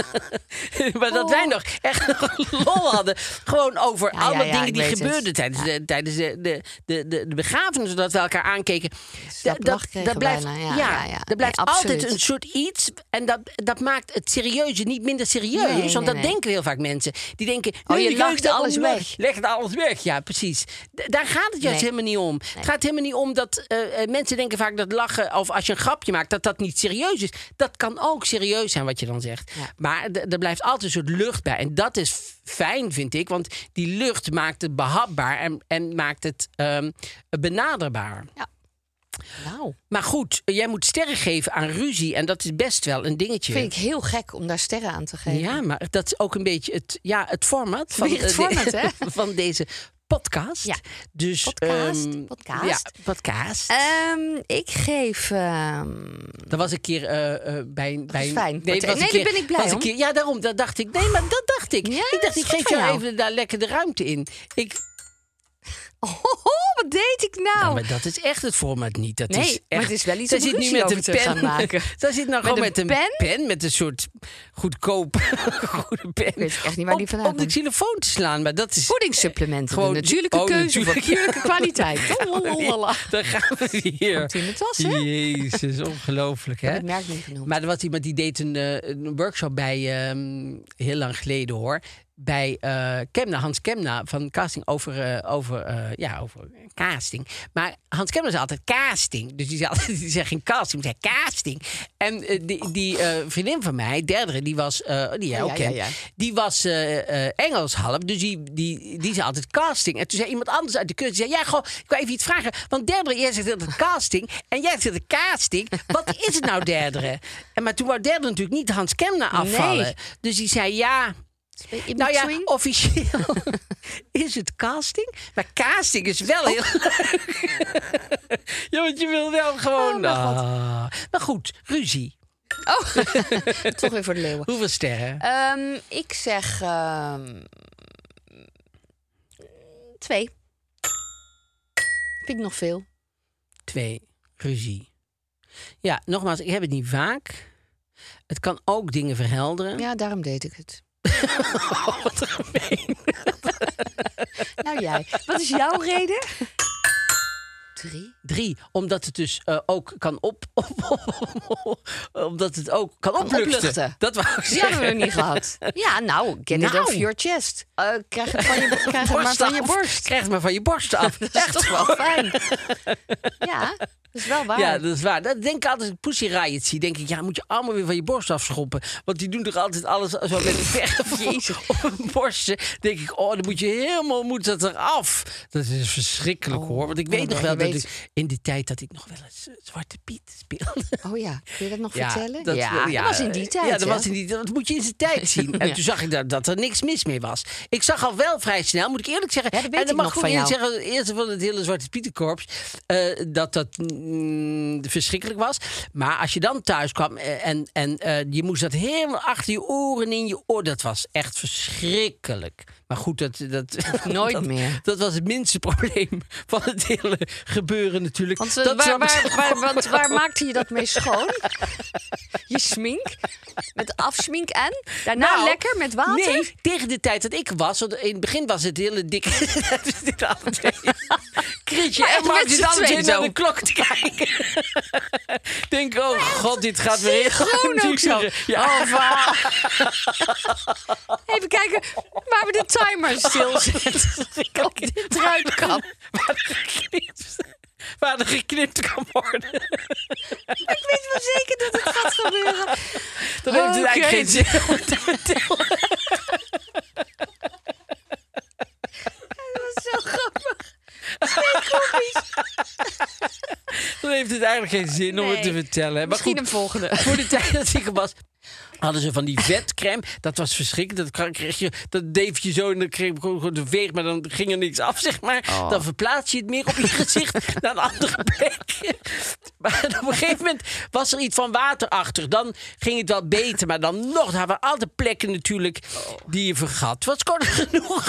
maar dat oh. wij nog echt nog lol hadden. Gewoon over ja, alle ja, ja, dingen die gebeurden het. tijdens, ja. de, tijdens de, de, de, de, de begrafenis, zodat we elkaar aankeken. Dat, dat, dat blijft, ja, ja, ja, ja. dat blijft nee, altijd een soort iets. En dat, dat maakt het serieuze niet minder serieus. Nee, want nee, dat nee. denken heel vaak mensen. Die denken, oh, je legt legt alles weg. Leg het alles weg, ja, precies. D- daar gaat het juist nee. helemaal niet om. Nee. Het gaat helemaal niet om dat uh, mensen denken vaak dat lachen, of als je een grapje maakt, dat dat niet serieus is. Dat kan ook serieus zijn wat je dan zegt. Ja. Maar d- er blijft altijd een soort lucht bij. En dat is f- fijn, vind ik. Want die lucht maakt het behapbaar en, en maakt het um, benaderbaar. Ja. Nou. Maar goed, jij moet sterren geven aan ruzie. En dat is best wel een dingetje. Vind ik heel gek om daar sterren aan te geven. Ja, maar dat is ook een beetje het, ja, het format van, het format, de, hè? van deze podcast. Ja. Dus, podcast. Um, podcast. Ja, podcast. Um, ik geef... Um... Dat was een keer uh, uh, bij... Dat bij is fijn. Nee, nee daar ben ik blij was een keer, ja, daarom. Dat dacht ik. Nee, maar dat dacht ik. Ja, ik dacht, ik geef jou, jou even daar lekker de ruimte in. Ik... Oh, wat deed ik nou? Ja, maar dat is echt het format niet. Dat nee, is echt... maar het is wel iets zij om zit ruzie nu met over een te pen. gaan maken. Zij zit nou gewoon met een, met een pen? pen, met een soort goedkoop goede pen. Ik weet echt niet waar die vandaan komt. Op de xylofoon te slaan, maar dat is... Voedingssupplementen, gewoon de natuurlijke oh, keuze natuurlijk. voor natuurlijke kwaliteit. Dan gaan we weer. Komt in de tas, hè? Jezus, ongelooflijk, hè? Dat merk niet genoemd. Maar er was iemand die deed een, uh, een workshop bij, um, heel lang geleden hoor, bij uh, Kemna, Hans Kemna van casting over, uh, over, uh, ja, over casting. Maar Hans Kemna zei altijd casting. Dus die zei, altijd, die zei geen casting, maar zei casting. En uh, die, die uh, vriendin van mij, derde, die was, uh, die jij ook ja, kent, ja, ja. die was uh, uh, Engels half. Dus die, die, die zei altijd casting. En toen zei iemand anders uit de keuze, die zei, ja, goh, ik wil even iets vragen. Want derde, jij zegt altijd casting en jij zegt casting. Wat is het nou, derde? En maar toen wou derde natuurlijk niet Hans Kemna afvallen. Nee. Dus die zei, ja... Nou ja, officieel is het casting. Maar casting is wel heel leuk. Ja, want je wil wel gewoon... Oh, ah. Maar goed, ruzie. Oh, toch weer voor de leeuwen. Hoeveel sterren? Um, ik zeg... Um, twee. Vind ik nog veel. Twee. Ruzie. Ja, nogmaals, ik heb het niet vaak. Het kan ook dingen verhelderen. Ja, daarom deed ik het. Oh, wat gemeen. Nou jij, wat is jouw reden? Drie? Drie, omdat het dus uh, ook kan op, op, op, op... Omdat het ook kan, kan opluchten. opluchten. Dat wou ik Die zeggen. hadden we nog niet gehad. Ja, nou, get Nou. it off your chest. Uh, krijg het, van je, krijg het maar van je borst. Krijg het maar van je borst af. Dat is toch wel fijn. Ja, dat is wel waar. Ja, dat is waar. Dat denk ik altijd, als ik Pussy Riot zie, denk ik, ja, moet je allemaal weer van je borst afschoppen. Want die doen toch altijd alles zo met een verf Jezus. op hun borstje. Denk ik, oh, dan moet je helemaal, moet dat eraf. Dat is verschrikkelijk, Oh, hoor. Want ik weet oh, nog nee, wel je dat weet- ik, in die tijd dat ik nog wel eens uh, Zwarte Piet speelde. Oh ja, kun je dat nog Ja, vertellen? dat, ja, ja, dat was in die tijd. Ja, dat, hè? was in die, dat moet je in zijn tijd zien. En Ja. toen zag ik dat, dat er niks mis mee was. Ik zag al wel vrij snel, moet ik eerlijk zeggen. Ja, dat weet en dan ik mag nog ik ook van eerlijk jou. zeggen, het eerste van het hele Zwarte Pietenkorps, uh, dat dat mm, verschrikkelijk was. Maar als je dan thuis kwam uh, en, en uh, je moest dat helemaal achter je oren in je oor, dat was echt verschrikkelijk. Maar goed, dat, dat, Nooit dat, meer. dat was het minste probleem van het hele gebeuren natuurlijk. Want, uh, dat waar, zou ik waar, zo- waar, want waar maakte je dat mee schoon? Je smink? Met afsmink en? Daarna Nou, lekker met water? Nee, tegen de tijd dat ik er was. Want in het begin was het hele dikke. Dat is dit alle twee. Krietje Maar en echt Mark met z'n zitten alle twee tweeën naar zo. de klok te kijken. Denk, oh god, dit gaat weer heel Gewoon ook zo. duren. Ja. Oh, va- Even kijken waar we de timer stilzetten. Op dit eruit kan. Waar er geknipt, waar er geknipt kan worden. Ik weet wel zeker dat het gaat gebeuren. Dan heeft het Oké. eigenlijk geen zin om te vertellen. Dat was zo grappig. Twee kopjes. Dan heeft het eigenlijk geen zin om het te Nee. vertellen. Maar Misschien goed, een volgende. voor de tijd dat ik er was, hadden ze van die vetcrème. Dat was verschrikkelijk. Dat kreeg je, dat deed je zo en dan kreeg je gewoon de veeg, maar dan ging er niks af, zeg maar. Oh. Dan verplaats je het meer op je gezicht naar een andere plek. Maar op een gegeven moment was er iets van water achter. Dan ging het wel beter, maar dan nog. Daar waren altijd plekken natuurlijk die je vergat. Wat kon er genoeg?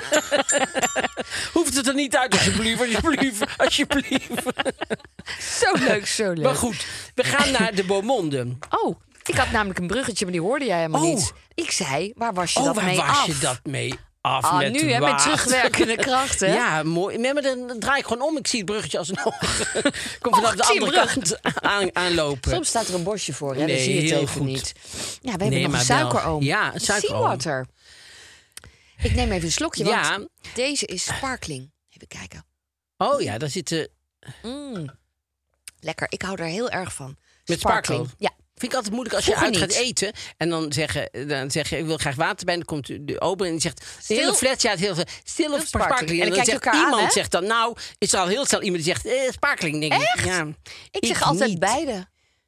Hoeft het er niet uit, alsjeblieft, alsjeblieft, alsjeblieft. Zo leuk, zo leuk. Maar goed, we gaan naar de Beaumonde. Oh, ik had namelijk een bruggetje, maar die hoorde jij helemaal Oh. niet. Ik zei, waar was je Oh, dat waar mee was af? je dat mee af? Ah, met nu hè, met water? terugwerkende kracht, hè? Ja, mooi. Nee, maar dan draai ik gewoon om. Ik zie het bruggetje als een oog. Kom vanaf Och, de die andere brug. kant aan, aanlopen. Soms staat er een bosje voor, hè? Nee, dan zie je het heel even goed. niet. Ja, we hebben Nee, nog maar een wel. suikeroom. Ja, een suikeroom. Seawater. Ik neem even een slokje, want Ja. deze is sparkling. Even kijken. Oh ja, daar zitten... Mm. Lekker, ik hou er heel erg van. Met sparkling? Ja. Vind ik altijd moeilijk als je Vroeger uit gaat niet. eten. En dan zeggen, dan zeg je, ik wil graag water bij. En dan komt de ober en die zegt, Stil. hele flat, ja, het heel veel. Stil of sparkling. sparkling. En En dan dan kijk je zegt elkaar aan, iemand, hè? zegt dan, nou, is er al heel snel iemand die zegt, eh, sparkling. Denk ik. Ja, Ik zeg altijd niet. beide.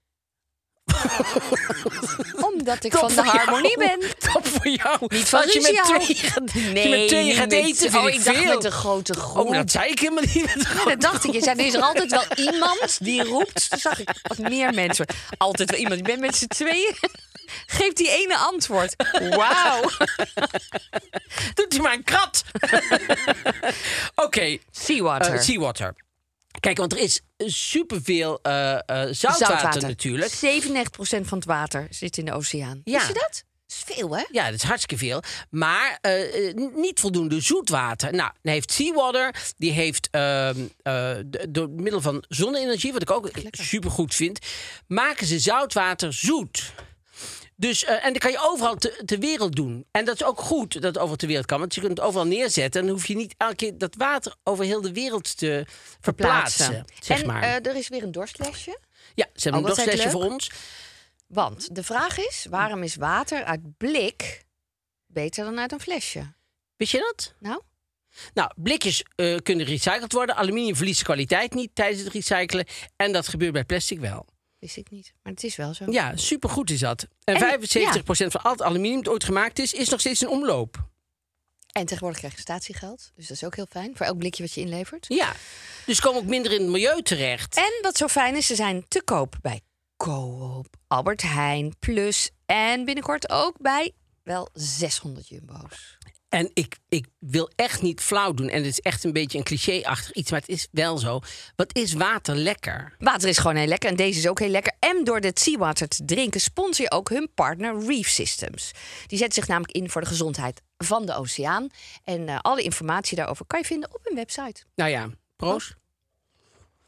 Omdat ik Top van de voor jou. harmonie ben. Top voor jou. Niet van als je met ruzie houden. twee gaat, als je Nee, met twee niet gaat met- eten, vind oh, ik ik dacht veel. met een grote groep. Oh, maar dat zei ik helemaal niet. Met een Ja, grote dat dacht ik. Je zei, er is er altijd wel iemand die roept. Toen zag ik wat meer mensen. Altijd wel iemand. Je bent met z'n tweeën. Geef die ene antwoord. Wauw. Doet u maar een krat. Oké. Okay. Seawater. Uh, seawater. Kijk, want er is superveel uh, uh, zoutwater, Zoutwater natuurlijk. zevenennegentig procent van het water zit in de oceaan. Ja. Wist je dat? Dat is veel, hè? Ja, dat is hartstikke veel. Maar uh, uh, niet voldoende zoetwater. Nou, dan heeft Seawater, die heeft uh, uh, door middel van zonne-energie, wat ik ook supergoed vind, maken ze zoutwater zoet. Dus, uh, en dat kan je overal te- ter wereld doen. En dat is ook goed dat het overal ter wereld kan. Want je kunt het overal neerzetten. En dan hoef je niet elke keer dat water over heel de wereld te verplaatsen. Zeg en maar. uh, er is weer een dorstflesje. Ja, ze hebben Oh, een wat zei dorstflesje het voor ons. Want de vraag is, waarom is water uit blik beter dan uit een flesje? Wist je dat? Nou? Nou, blikjes uh, kunnen gerecycled worden. Aluminium verliest kwaliteit niet tijdens het recyclen. En dat gebeurt bij plastic wel. Wist ik niet. Maar het is wel zo. Ja, supergoed is dat. En, En, vijfenzeventig procent van al het aluminium dat ooit gemaakt is, is nog steeds in omloop. En tegenwoordig krijg je statiegeld. Dus dat is ook heel fijn. Voor elk blikje wat je inlevert. Ja, dus komen ook minder in het milieu terecht. En wat zo fijn is, ze zijn te koop bij Coop, Albert Heijn, Plus en binnenkort ook bij wel zeshonderd jumbo's. En ik, ik wil echt niet flauw doen. En het is echt een beetje een cliché-achtig iets. Maar het is wel zo. Wat is water lekker? Water is gewoon heel lekker en deze is ook heel lekker. En door dit Seawater te drinken sponsor je ook hun partner Reef Systems. Die zetten zich namelijk in voor de gezondheid van de oceaan. En uh, alle informatie daarover kan je vinden op hun website. Nou ja, proost.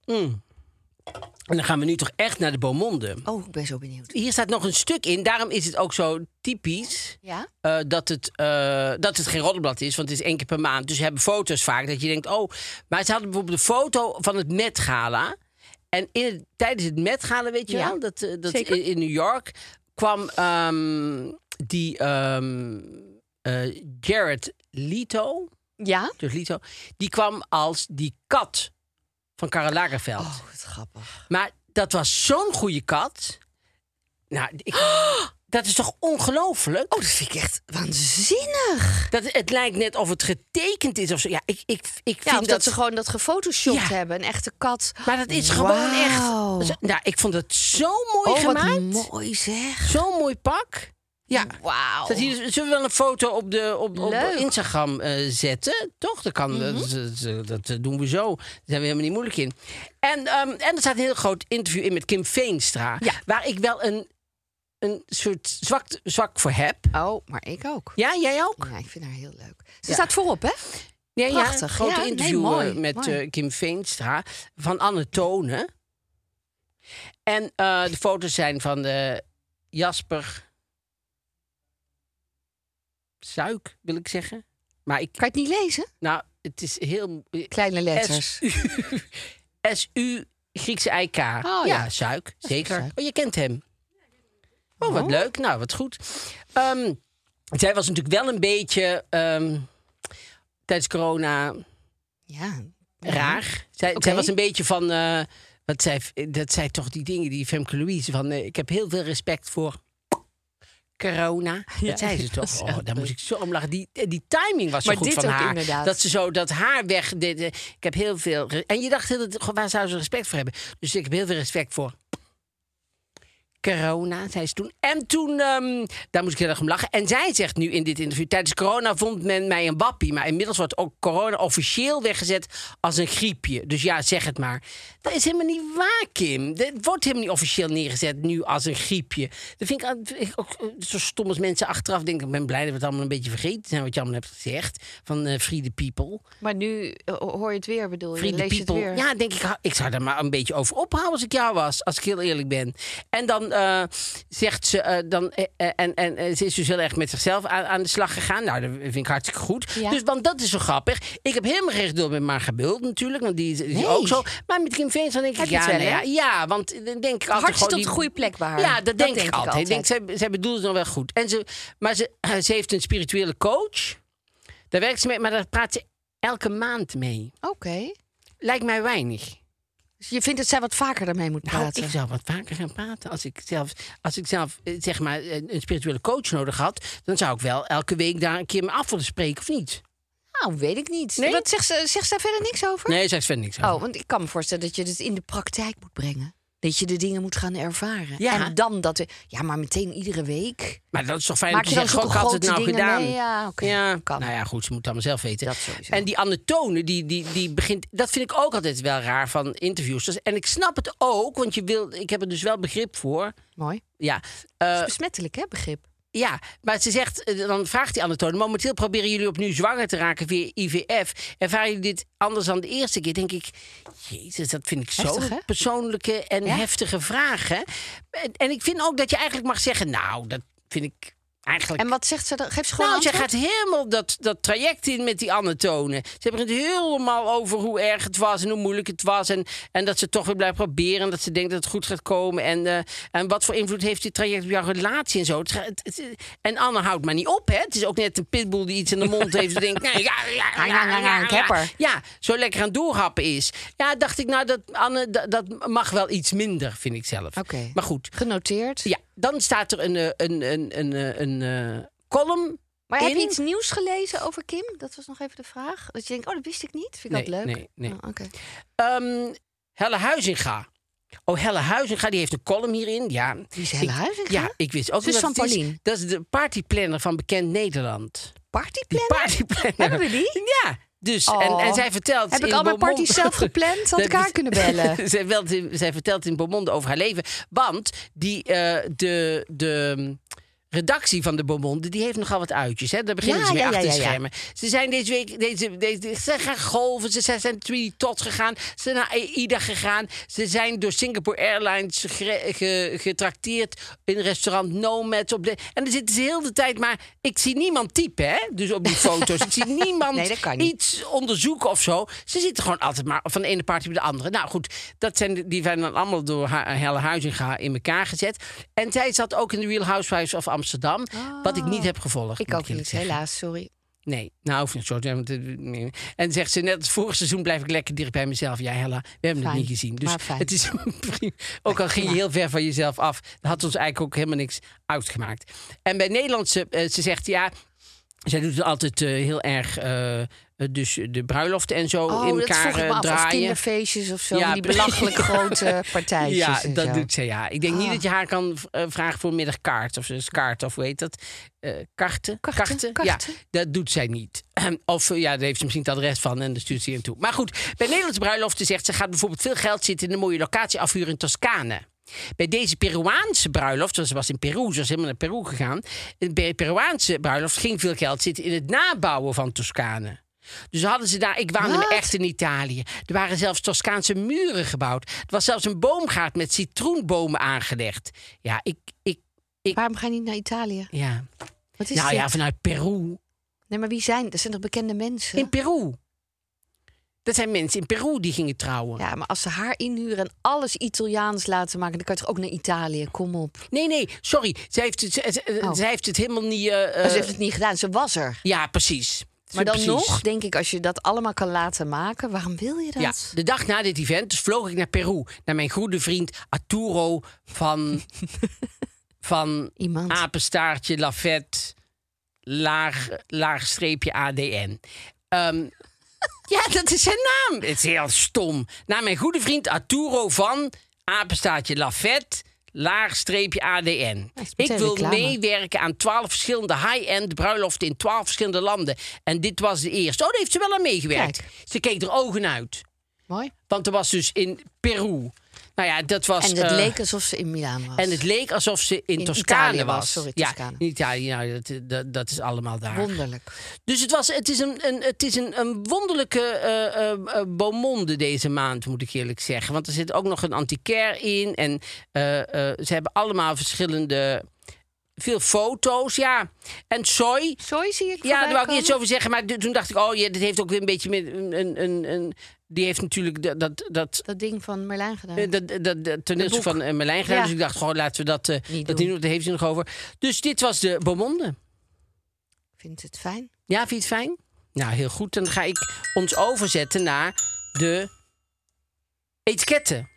Mm. En dan gaan we nu toch echt naar de Beaumonde. Oh, ik ben zo benieuwd. Hier staat nog een stuk in. Daarom is het ook zo typisch Ja? uh, dat, het, uh, dat het geen roddelblad is. Want het is één keer per maand. Dus ze hebben foto's vaak dat je denkt... oh, maar ze hadden bijvoorbeeld een foto van het Met Gala. En in het, tijdens het Met Gala, weet je Ja, wel, dat, uh, dat zeker. in, in New York kwam um, die um, uh, Jared Leto... Ja? Jared Leto, die kwam als die kat van Karl Lagerfeld. Oh, wat grappig. Maar dat was zo'n goede kat. Nou, ik, dat is toch ongelooflijk? Oh, dat vind ik echt waanzinnig. Dat, het lijkt net of het getekend is of zo. Ja, ik, ik, ik Ja, vind of dat, dat ze gewoon dat gefotoshopt Ja. hebben. Een echte kat. Maar dat is gewoon Wauw. echt... zo- Nou, ik vond het zo mooi Oh, wat gemaakt. mooi zeg. Zo'n mooi pak. Ja. Wauw. Dat hier, zullen we wel een foto op, de, op, op Leuk. Instagram uh, zetten? Toch? Dat, kan, dat, dat, dat doen we zo. Daar zijn we helemaal niet moeilijk in. En, um, en er staat een heel groot interview in met Kim Veenstra. Ja. Waar ik wel een, een soort zwak, zwak voor heb. Oh, maar ik ook. Ja, jij ook? Ja, ik vind haar heel leuk. Ze Ja. staat voorop, hè? Ja, ja, Prachtig. een grote Ja, nee, interview mooi, uh, met mooi. uh, Kim Veenstra van Anne Tonen. En uh, de foto's zijn van de Jasper Suik, wil ik zeggen. Maar ik, Kan je het niet lezen? nou, het is heel... Kleine letters. S U, S U Griekse I K. ja. ja, Suik, zeker. Suik. Oh, je kent hem. Oh, wat leuk. Nou, wat goed. Um, zij was natuurlijk wel een beetje um, tijdens corona Ja. raar. Zij, Oké. zij was een beetje van... Uh, wat zij, dat zei toch die dingen, die Femke Louise... van uh, ik heb heel veel respect voor corona. Dat zei ze toch? Oh, daar moest ik zo om lachen. Die, die timing was zo Maar goed dit van ook haar. inderdaad. Dat ze zo dat haar weg... deed, uh, ik heb heel veel... re- En je dacht, heel dat- waar zou ze respect voor hebben? Dus ik heb heel veel respect voor... corona, zei ze toen. En toen, um, daar moest ik heel erg om lachen. En zij zegt nu in dit interview... tijdens corona vond men mij een wappie. Maar inmiddels wordt ook corona officieel weggezet als een griepje. Dus ja, zeg het maar. Dat is helemaal niet waar, Kim. Dat wordt helemaal niet officieel neergezet nu als een griepje. Dat vind ik, vind ik ook uh, zo stom als mensen achteraf denken... ik ben blij dat we het allemaal een beetje vergeten zijn... wat je allemaal hebt gezegd van uh, Free the People. Maar nu uh, hoor je het weer, bedoel je? Free the Lees je het People. weer? Ja, denk ik, ik zou daar maar een beetje over ophouden als ik jou was. Als ik heel eerlijk ben. En dan uh, zegt ze... Uh, dan, uh, uh, en, en uh, ze is dus heel erg met zichzelf aan, aan de slag gegaan. Nou, dat vind ik hartstikke goed. Ja. Dus, want dat is zo grappig. Ik heb helemaal geen geduld met Marga Bult natuurlijk. Want die is, is Nee. ook zo. Maar met Kim Veenstra denk ik... Heb je ja, het wel, nou ja, hè? ja, want dan denk ik altijd... hart zit gewoon op die- de goede plek bij haar. Ja, dat, Dat denk, denk ik ik altijd. Ik denk, altijd. zij, zij bedoelt het nog wel goed. En ze, maar ze, ze heeft een spirituele coach. Daar werkt ze mee, maar daar praat ze elke maand mee. Oké. Lijkt mij weinig. Dus je vindt dat zij wat vaker daarmee moet Nou, praten? ik zou wat vaker gaan praten. Als ik zelf, als ik zelf eh, zeg maar, een een spirituele coach nodig had... dan zou ik wel elke week daar een keer mee af willen spreken, of niet? Nou, weet ik niet. Nee? Wat, zegt, ze, zegt ze daar verder niks over? Nee, zegt verder niks over. Oh, want ik kan me voorstellen dat je het in de praktijk moet brengen. Dat je de dingen moet gaan ervaren. Ja. En dan dat... we- Ja, maar meteen iedere week. Maar dat is toch fijn Maak om je te dan zeggen, zulke goh, ik had het grote nou dingen gedaan. mee? Ja, oké. Ja, Kan. nou ja, goed, ze moet het allemaal zelf weten. Dat sowieso. En die Anne Tonen, die, die, die begint... Dat vind ik ook altijd wel raar van interviews. Dus- En ik snap het ook, want je wil, ik heb er dus wel begrip voor. Mooi. Ja, Dat eh, is besmettelijk, hè, begrip? ja, maar ze zegt, eh, dan vraagt die Anne Tonen... momenteel proberen jullie opnieuw zwanger te raken via I V F. Ervaren jullie dit anders dan de eerste keer? Denk ik, jezus, dat vind ik Heftig, zo'n hè? persoonlijke en Ja. heftige vraag. Hè? En, en ik vind ook dat je eigenlijk mag zeggen... nou, dat vind ik eigenlijk... En wat zegt ze dan? Geeft ze gewoon Nou, zij antwoord? gaat helemaal dat, dat traject in met die Anne-tonen. Ze hebben het helemaal over hoe erg het was en hoe moeilijk het was. En, en dat ze toch weer blijft proberen. En dat ze denkt dat het goed gaat komen. En, uh, en wat voor invloed heeft dit traject op jouw relatie en zo. Het, het, het, en Anne houdt maar niet op, hè. Het is ook net een pitbull die iets in de mond heeft. En denkt, nee, ja, ja, ja, ja, ja, ja, ik heb haar. ja, zo lekker aan doorhappen is. Ja, dacht ik, nou, dat, Anne, dat, dat mag wel iets minder, vind ik zelf. Oké. Maar goed. Genoteerd. Ja, dan staat er een, eh, een, een, een, een, een, een column. Maar heb je in. iets nieuws gelezen over Kim? Dat was nog even de vraag. Dat je denkt, oh, dat wist ik niet. Vind ik Nee, dat leuk? nee, nee. Oh, oké. Um, Helle Huizinga. Oh, Helle Huizinga, die heeft een column hierin. Ja. Wie is Helle Ik- Huizinga? Ja, ik wist ook Zus niet wat van het is. Paulien. Dat is de partyplanner van Bekend Nederland. Die Partyplanner? partyplanner. Hebben we die? Ja. Dus, Oh. en, en zij vertelt... Heb ik in al mijn Beaumont- parties zelf gepland? Had ik Dat- haar kunnen bellen? zij, wel, zij vertelt in Beaumont over haar leven. Want die, uh, de, de redactie van de Beaumonde, die heeft nogal wat uitjes. Hè? Daar beginnen Ja, ze mee ja, achter ja, de ja, ja. schermen. Ze zijn deze week, deze, deze, ze gaan golven, ze zijn naar Tweety Tot gegaan, ze zijn naar AIDA gegaan, ze zijn door Singapore Airlines ge, ge, getrakteerd in restaurant Nomads. Op de, en dan zitten ze heel de tijd, maar ik zie niemand typen, hè? Dus op die foto's. Ik zie niemand Nee, dat kan niet. iets onderzoeken of zo. Ze zitten gewoon altijd maar van de ene party bij de andere. Nou goed, dat zijn, de- die zijn dan allemaal door ha- Helle Huizinga in elkaar gezet. En zij zat ook in de Real Housewives of Amsterdam, wat ik niet heb gevolgd. Ik moet ook eerlijk niet, zeggen. helaas, sorry. Nee, nou, of niet zo. Nee. En zegt ze, net als vorig seizoen blijf ik lekker dicht bij mezelf. Ja, Hella, we hebben Fijn, het niet gezien. Dus maar fijn. het is prima. Ook al ging je heel ver van jezelf af, dat had ons eigenlijk ook helemaal niks uitgemaakt. En bij Nederlandse, uh, ze zegt ja, zij doet het altijd uh, heel erg, uh, dus de bruiloften en zo Oh, in dat elkaar vroeg ik me uh, af. Of draaien. kinderfeestjes of zo. Ja, Die belachelijk grote partijtjes. Ja, en dat zo. doet ze, ja. Ik denk niet Ah. dat je haar kan uh, vragen voor een middag kaart. Of dus kaart, of hoe heet dat? Uh, karten? Karten, Ja, karten. dat doet zij niet. Of uh, ja, daar heeft ze misschien het adres van en dan stuurt ze hem toe. Maar goed, bij Nederlandse bruiloften zegt ze... gaat bijvoorbeeld veel geld zitten in een mooie locatie afhuren in Toscane. Bij deze Peruaanse bruiloft, ze was in Peru, ze was helemaal naar Peru gegaan. Bij de Peruaanse bruiloft ging veel geld zitten in het nabouwen van Toscane. Dus hadden ze daar, ik woonde Wat? echt in Italië. Er waren zelfs Toscaanse muren gebouwd. Er was zelfs een boomgaard met citroenbomen aangelegd. Ja, ik, ik, ik Waarom ga je niet naar Italië? ja. Wat is Nou dit? ja, vanuit Peru. Nee, maar wie zijn... Dat zijn toch bekende mensen? In Peru. Dat zijn mensen in Peru die gingen trouwen. Ja, maar als ze haar inhuren en alles Italiaans laten maken... dan kan je toch ook naar Italië? Kom op. Nee, nee, sorry. Zij heeft het, ze- ze- Oh. zij heeft het helemaal niet... uh, Maar ze heeft het niet gedaan. Ze was er. Ja, precies. Maar dan Precies. nog, denk ik, als je dat allemaal kan laten maken... waarom wil je dat? Ja, de dag na dit event dus vloog ik naar Peru. Naar mijn goede vriend Arturo van... van Iemand. apenstaartje, Lafette, laag, laag streepje A D N. Ehm, ja, dat is zijn naam. Het is heel stom. Naar mijn goede vriend Arturo van apenstaartje, Lafette, laag streepje A D N. is Ik meteen wil reclame. meewerken aan twaalf verschillende high-end bruiloften in twaalf verschillende landen. En dit was de eerste. Oh, daar heeft ze wel aan meegewerkt. Kijk. Ze keek er ogen uit. Mooi. Want er was dus in Peru. Nou ja, dat was. En het eh, leek alsof ze in Milaan was. En het leek alsof ze in, In Toscane Italië was, was. sorry, ja, Toscane. in Italië. Nou, dat, dat, dat is allemaal daar. Wonderlijk. Dus het, was, het is, een, een, het is een, een wonderlijke eh eh, eh, beaumonde deze maand, moet ik eerlijk zeggen. Want er zit ook nog een antiquaire in. En eh, eh, ze hebben allemaal verschillende... Veel foto's, ja. En Soy. Soy zie ik Ja, daar wou ik niet iets over zeggen. Maar d- toen dacht ik, oh ja, dit heeft ook weer een beetje met een... een, een, een die heeft natuurlijk dat... dat, dat Dat ding van Merlijn gedaan. eh, Dat, dat, dat toneelstuk boek. van uh, Merlijn gedaan. Ja. Dus ik dacht, gewoon laten we dat... Uh, Niet dat doen. doen. Daar heeft hij nog over. Dus dit was de Beaumonde. Ik vind het fijn. Ja, vind je het fijn? Nou, heel goed. Dan ga ik ons overzetten naar de etiketten.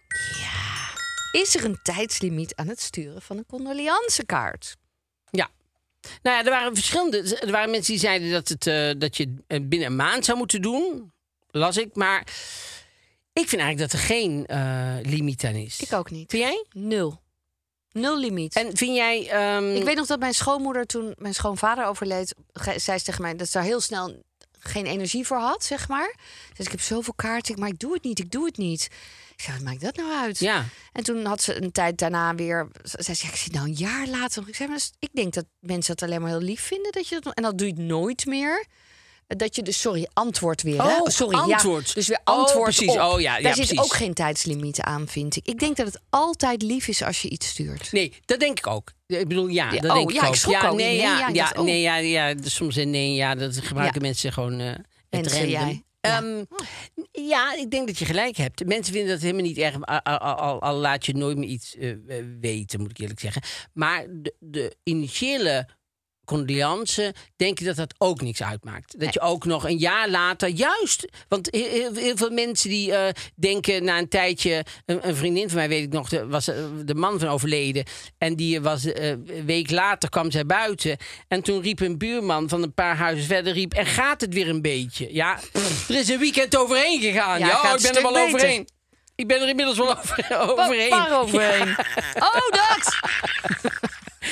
Is er een tijdslimiet aan het sturen van een condoleancekaart? Ja. Nou ja, er waren verschillende... Er waren mensen die zeiden dat, het, uh, dat je het binnen een maand zou moeten doen. Las ik. Maar ik vind eigenlijk dat er geen uh, limiet aan is. Ik ook niet. Vind jij? Nul. Nul limiet. En vind jij... Um... Ik weet nog dat mijn schoonmoeder, toen mijn schoonvader overleed... ge- zei ze tegen mij dat ze daar heel snel geen energie voor had, zeg maar. Dus ik heb zoveel kaarten, maar ik doe het niet, ik doe het niet. Ik zei, wat maakt dat nou uit? Ja. En toen had ze een tijd daarna weer... Zei ze, ja, ik zit nou een jaar later. Ik zei, maar dat is- ik denk dat mensen het alleen maar heel lief vinden. Dat je dat, en dat doe je nooit meer. Dat je dus, sorry, antwoord weer. hè? Oh, sorry, antwoord. Ja, dus weer Oh, antwoord precies. op. Oh, ja, ja, Daar zit precies. ook geen tijdslimiet aan, vind ik. Ik denk dat het altijd lief is als je iets stuurt. Nee, dat denk ik ook. Ik bedoel, ja, Ja, dat oh, denk ik ja, ik ook. schrok ja, ook. nee, Nee, ja, ja, ik ja, dacht, oh. nee, ja, ja, dus soms een nee, ja, dat gebruiken Ja. mensen gewoon uh, het Mensen, random. jij. Ja. Ehm, ja, ik denk dat je gelijk hebt. Mensen vinden dat helemaal niet erg, al, al, al, al laat je nooit meer iets uh, weten, moet ik eerlijk zeggen. Maar de, de initiële condolence, denk ik dat dat ook niks uitmaakt. Dat je ook nog een jaar later, juist... Want heel, heel- heel veel mensen die uh, denken na een tijdje... Een, een vriendin van mij, weet ik nog, de, was uh, de man van overleden. En die was uh, een week later, kwam zij buiten. En toen riep een buurman van een paar huizen verder... riep, en gaat het weer een beetje? Ja, er is een weekend overheen gegaan. Ja, Ja, gaat oh, een ik ben er stuk wel beter. overheen. Ik ben er inmiddels wel over, overheen. Waar overheen? Oh, dat!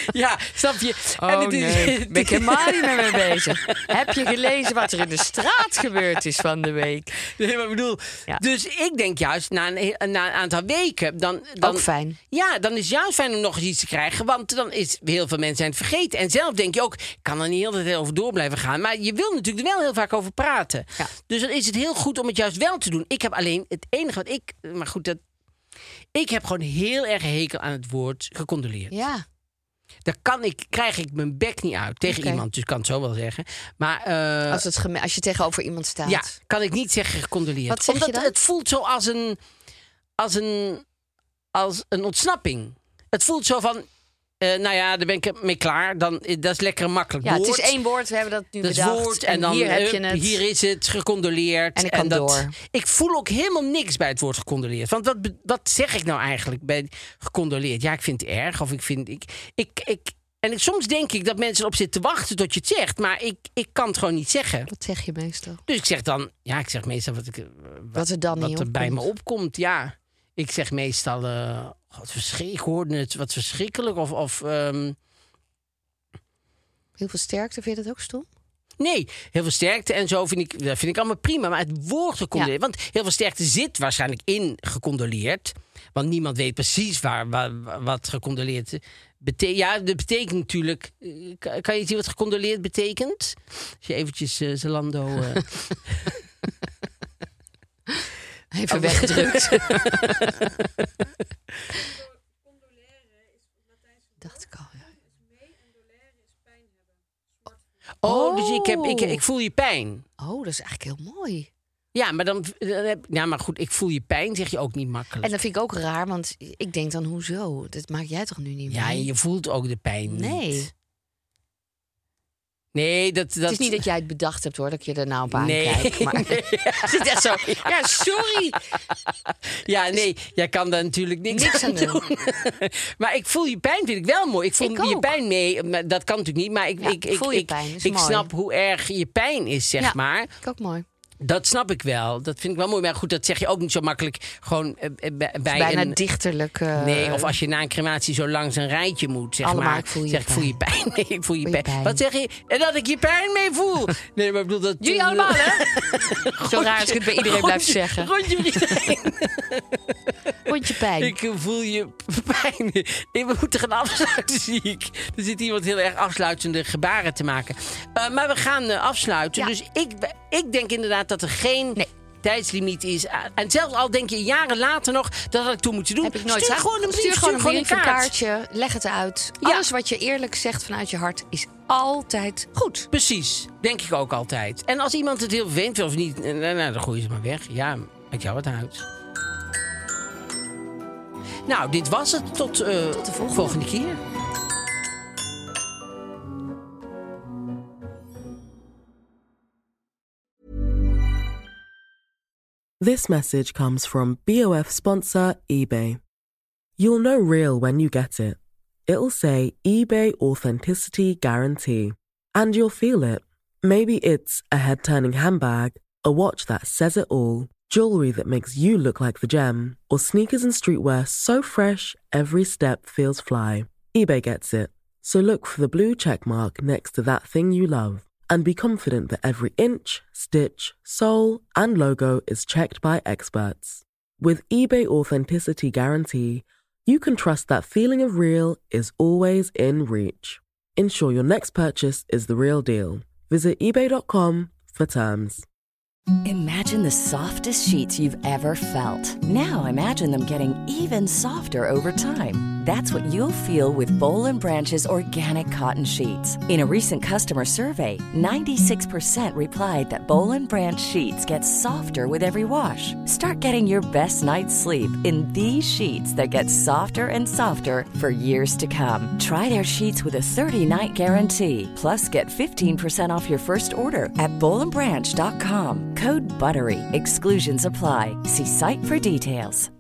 Ja, snap je? Oh en het is, nee, ben ik helemaal niet meer mee bezig. Heb je gelezen wat er in de straat gebeurd is van de week? Nee, maar ik bedoel, Ja. dus ik denk juist na een, na een aantal weken... Dan, dan, Ook fijn. Ja, dan is het juist fijn om nog eens iets te krijgen. Want dan is heel veel mensen zijn het vergeten. En zelf denk je ook, ik kan er niet heel de tijd over door blijven gaan. Maar je wil natuurlijk er wel heel vaak over praten. Ja. Dus dan is het heel goed om het juist wel te doen. Ik heb alleen, het enige wat ik... Maar goed, dat, ik heb gewoon heel erg hekel aan het woord gecondoleerd. Ja. Daar kan ik, krijg ik mijn bek niet uit tegen Oké. iemand. Dus ik kan het zo wel zeggen. Maar eh, Als, het geme- als je tegenover iemand staat. ja, kan ik niet zeggen gecondoleerd. Wat zeg je Omdat dan? het voelt zo als een, als een, als een ontsnapping. Het voelt zo van, eh, nou ja, daar ben ik mee klaar. Dan, eh, dat is lekker een makkelijk Ja, woord. het is één woord. We hebben dat nu Dat is bedacht. woord en, dan hier heb je hup, het. hier is het gecondoleerd. En ik kan dat, door. Ik voel ook helemaal niks bij het woord gecondoleerd. Want wat, be- wat zeg ik nou eigenlijk bij gecondoleerd? Ja, ik vind het erg. Of ik vind. Ik, ik, ik, en ik, soms denk ik dat mensen erop zitten te wachten tot je het zegt. Maar ik, ik kan het gewoon niet zeggen. Wat zeg je meestal? Dus ik zeg dan. Ja, ik zeg meestal wat, ik, eh, wat, Wat er dan wat niet er bij me opkomt. opkomt. Ja, ik zeg meestal. eh wat verschrik, ik hoorde het wat verschrikkelijk. Of. of ehm, Heel veel sterkte, vind je dat ook stom? Nee, heel veel sterkte en zo vind ik, dat vind ik allemaal prima. Maar het woord gecondoleerd, want heel veel sterkte zit waarschijnlijk in gecondoleerd. Want niemand weet precies waar, waar, wat gecondoleerd betekent. Ja, dat betekent natuurlijk... eh, Kan, kan je zien wat gecondoleerd betekent? Als je eventjes uh, Zalando... Uh... Even weggedrukt. Dacht ik al, ja. Oh, dus ik, heb, ik, ik voel je pijn. Oh, dat is eigenlijk heel mooi. Ja, maar dan, dan heb, ja, maar goed, ik voel je pijn, zeg je ook niet makkelijk. En dat vind ik ook raar, want ik denk dan, hoezo? Dat maak jij toch nu niet Ja, mee? en je voelt ook de pijn Nee. niet. Nee, dat, dat... Het is niet dat jij het bedacht hebt, hoor, dat ik je er nou op Nee, aankijk. Maar nee. het is echt zo. Ja, sorry. Ja, nee, jij kan daar natuurlijk niks, Niks aan doen. Maar ik voel je pijn, vind ik wel mooi. Ik voel Ik je ook. pijn mee. Maar dat kan natuurlijk niet. Maar ik, Ja, ik, ik, voel je ik, pijn, is ik mooi. snap hoe erg je pijn is, zeg Ja. maar. Ik ook mooi. Dat snap ik wel. Dat vind ik wel mooi. Maar goed, dat zeg je ook niet zo makkelijk. Gewoon eh, eh, bij Bijna een... dichterlijk. eh, Nee, of als je na een crematie zo langs een rijtje moet, zeg Allemaal, maar. ik voel je zeg, ik voel je pijn. Nee, ik voel je Voel je pijn. pijn. Wat zeg je? En dat ik je pijn mee voel. Nee, maar ik bedoel dat... Jullie allemaal, hè? Zo raar als ik het bij iedereen blijf Rondje- zeggen. Rondje om iedereen. Rondje pijn. Ik eh, voel je pijn. We moeten gaan afsluiten, zie ik. Er zit iemand heel erg afsluitende gebaren te maken. Uh, maar we gaan uh, afsluiten. Ja. Dus ik, ik denk inderdaad dat er geen... Nee. Tijdslimiet is. En zelfs al denk je jaren later nog dat had ik toen moeten doen. Heb ik nooit stuur gedaan. gewoon een brief, Stuur gewoon een brief, een kaart. kaartje. Leg het uit. Ja. Alles wat je eerlijk zegt vanuit je hart is altijd goed. Precies, denk ik ook altijd. En als iemand het heel vervelend vindt of niet, nou, nou, dan gooi je ze maar weg. Ja, maakt jou wat uit. Nou, dit was het. Tot, uh, Tot de volgende. volgende keer. This message comes from B O F sponsor eBay. You'll know real when you get it. It'll say eBay Authenticity Guarantee. And you'll feel it. Maybe it's a head-turning handbag, a watch that says it all, jewelry that makes you look like the gem, or sneakers and streetwear so fresh every step feels fly. eBay gets it. So look for the blue check mark next to that thing you love. And be confident that every inch, stitch, sole, and logo is checked by experts. With eBay Authenticity Guarantee, you can trust that feeling of real is always in reach. Ensure your next purchase is the real deal. Visit ebay dot com for terms. Imagine the softest sheets you've ever felt. Now imagine them getting even softer over time. That's what you'll feel with Boll and Branch's organic cotton sheets. In a recent customer survey, ninety-six percent replied that Boll and Branch sheets get softer with every wash. Start getting your best night's sleep in these sheets that get softer and softer for years to come. Try their sheets with a thirty-night guarantee. Plus, get fifteen percent off your first order at boll and branch dot com. Code BUTTERY. Exclusions apply. See site for details.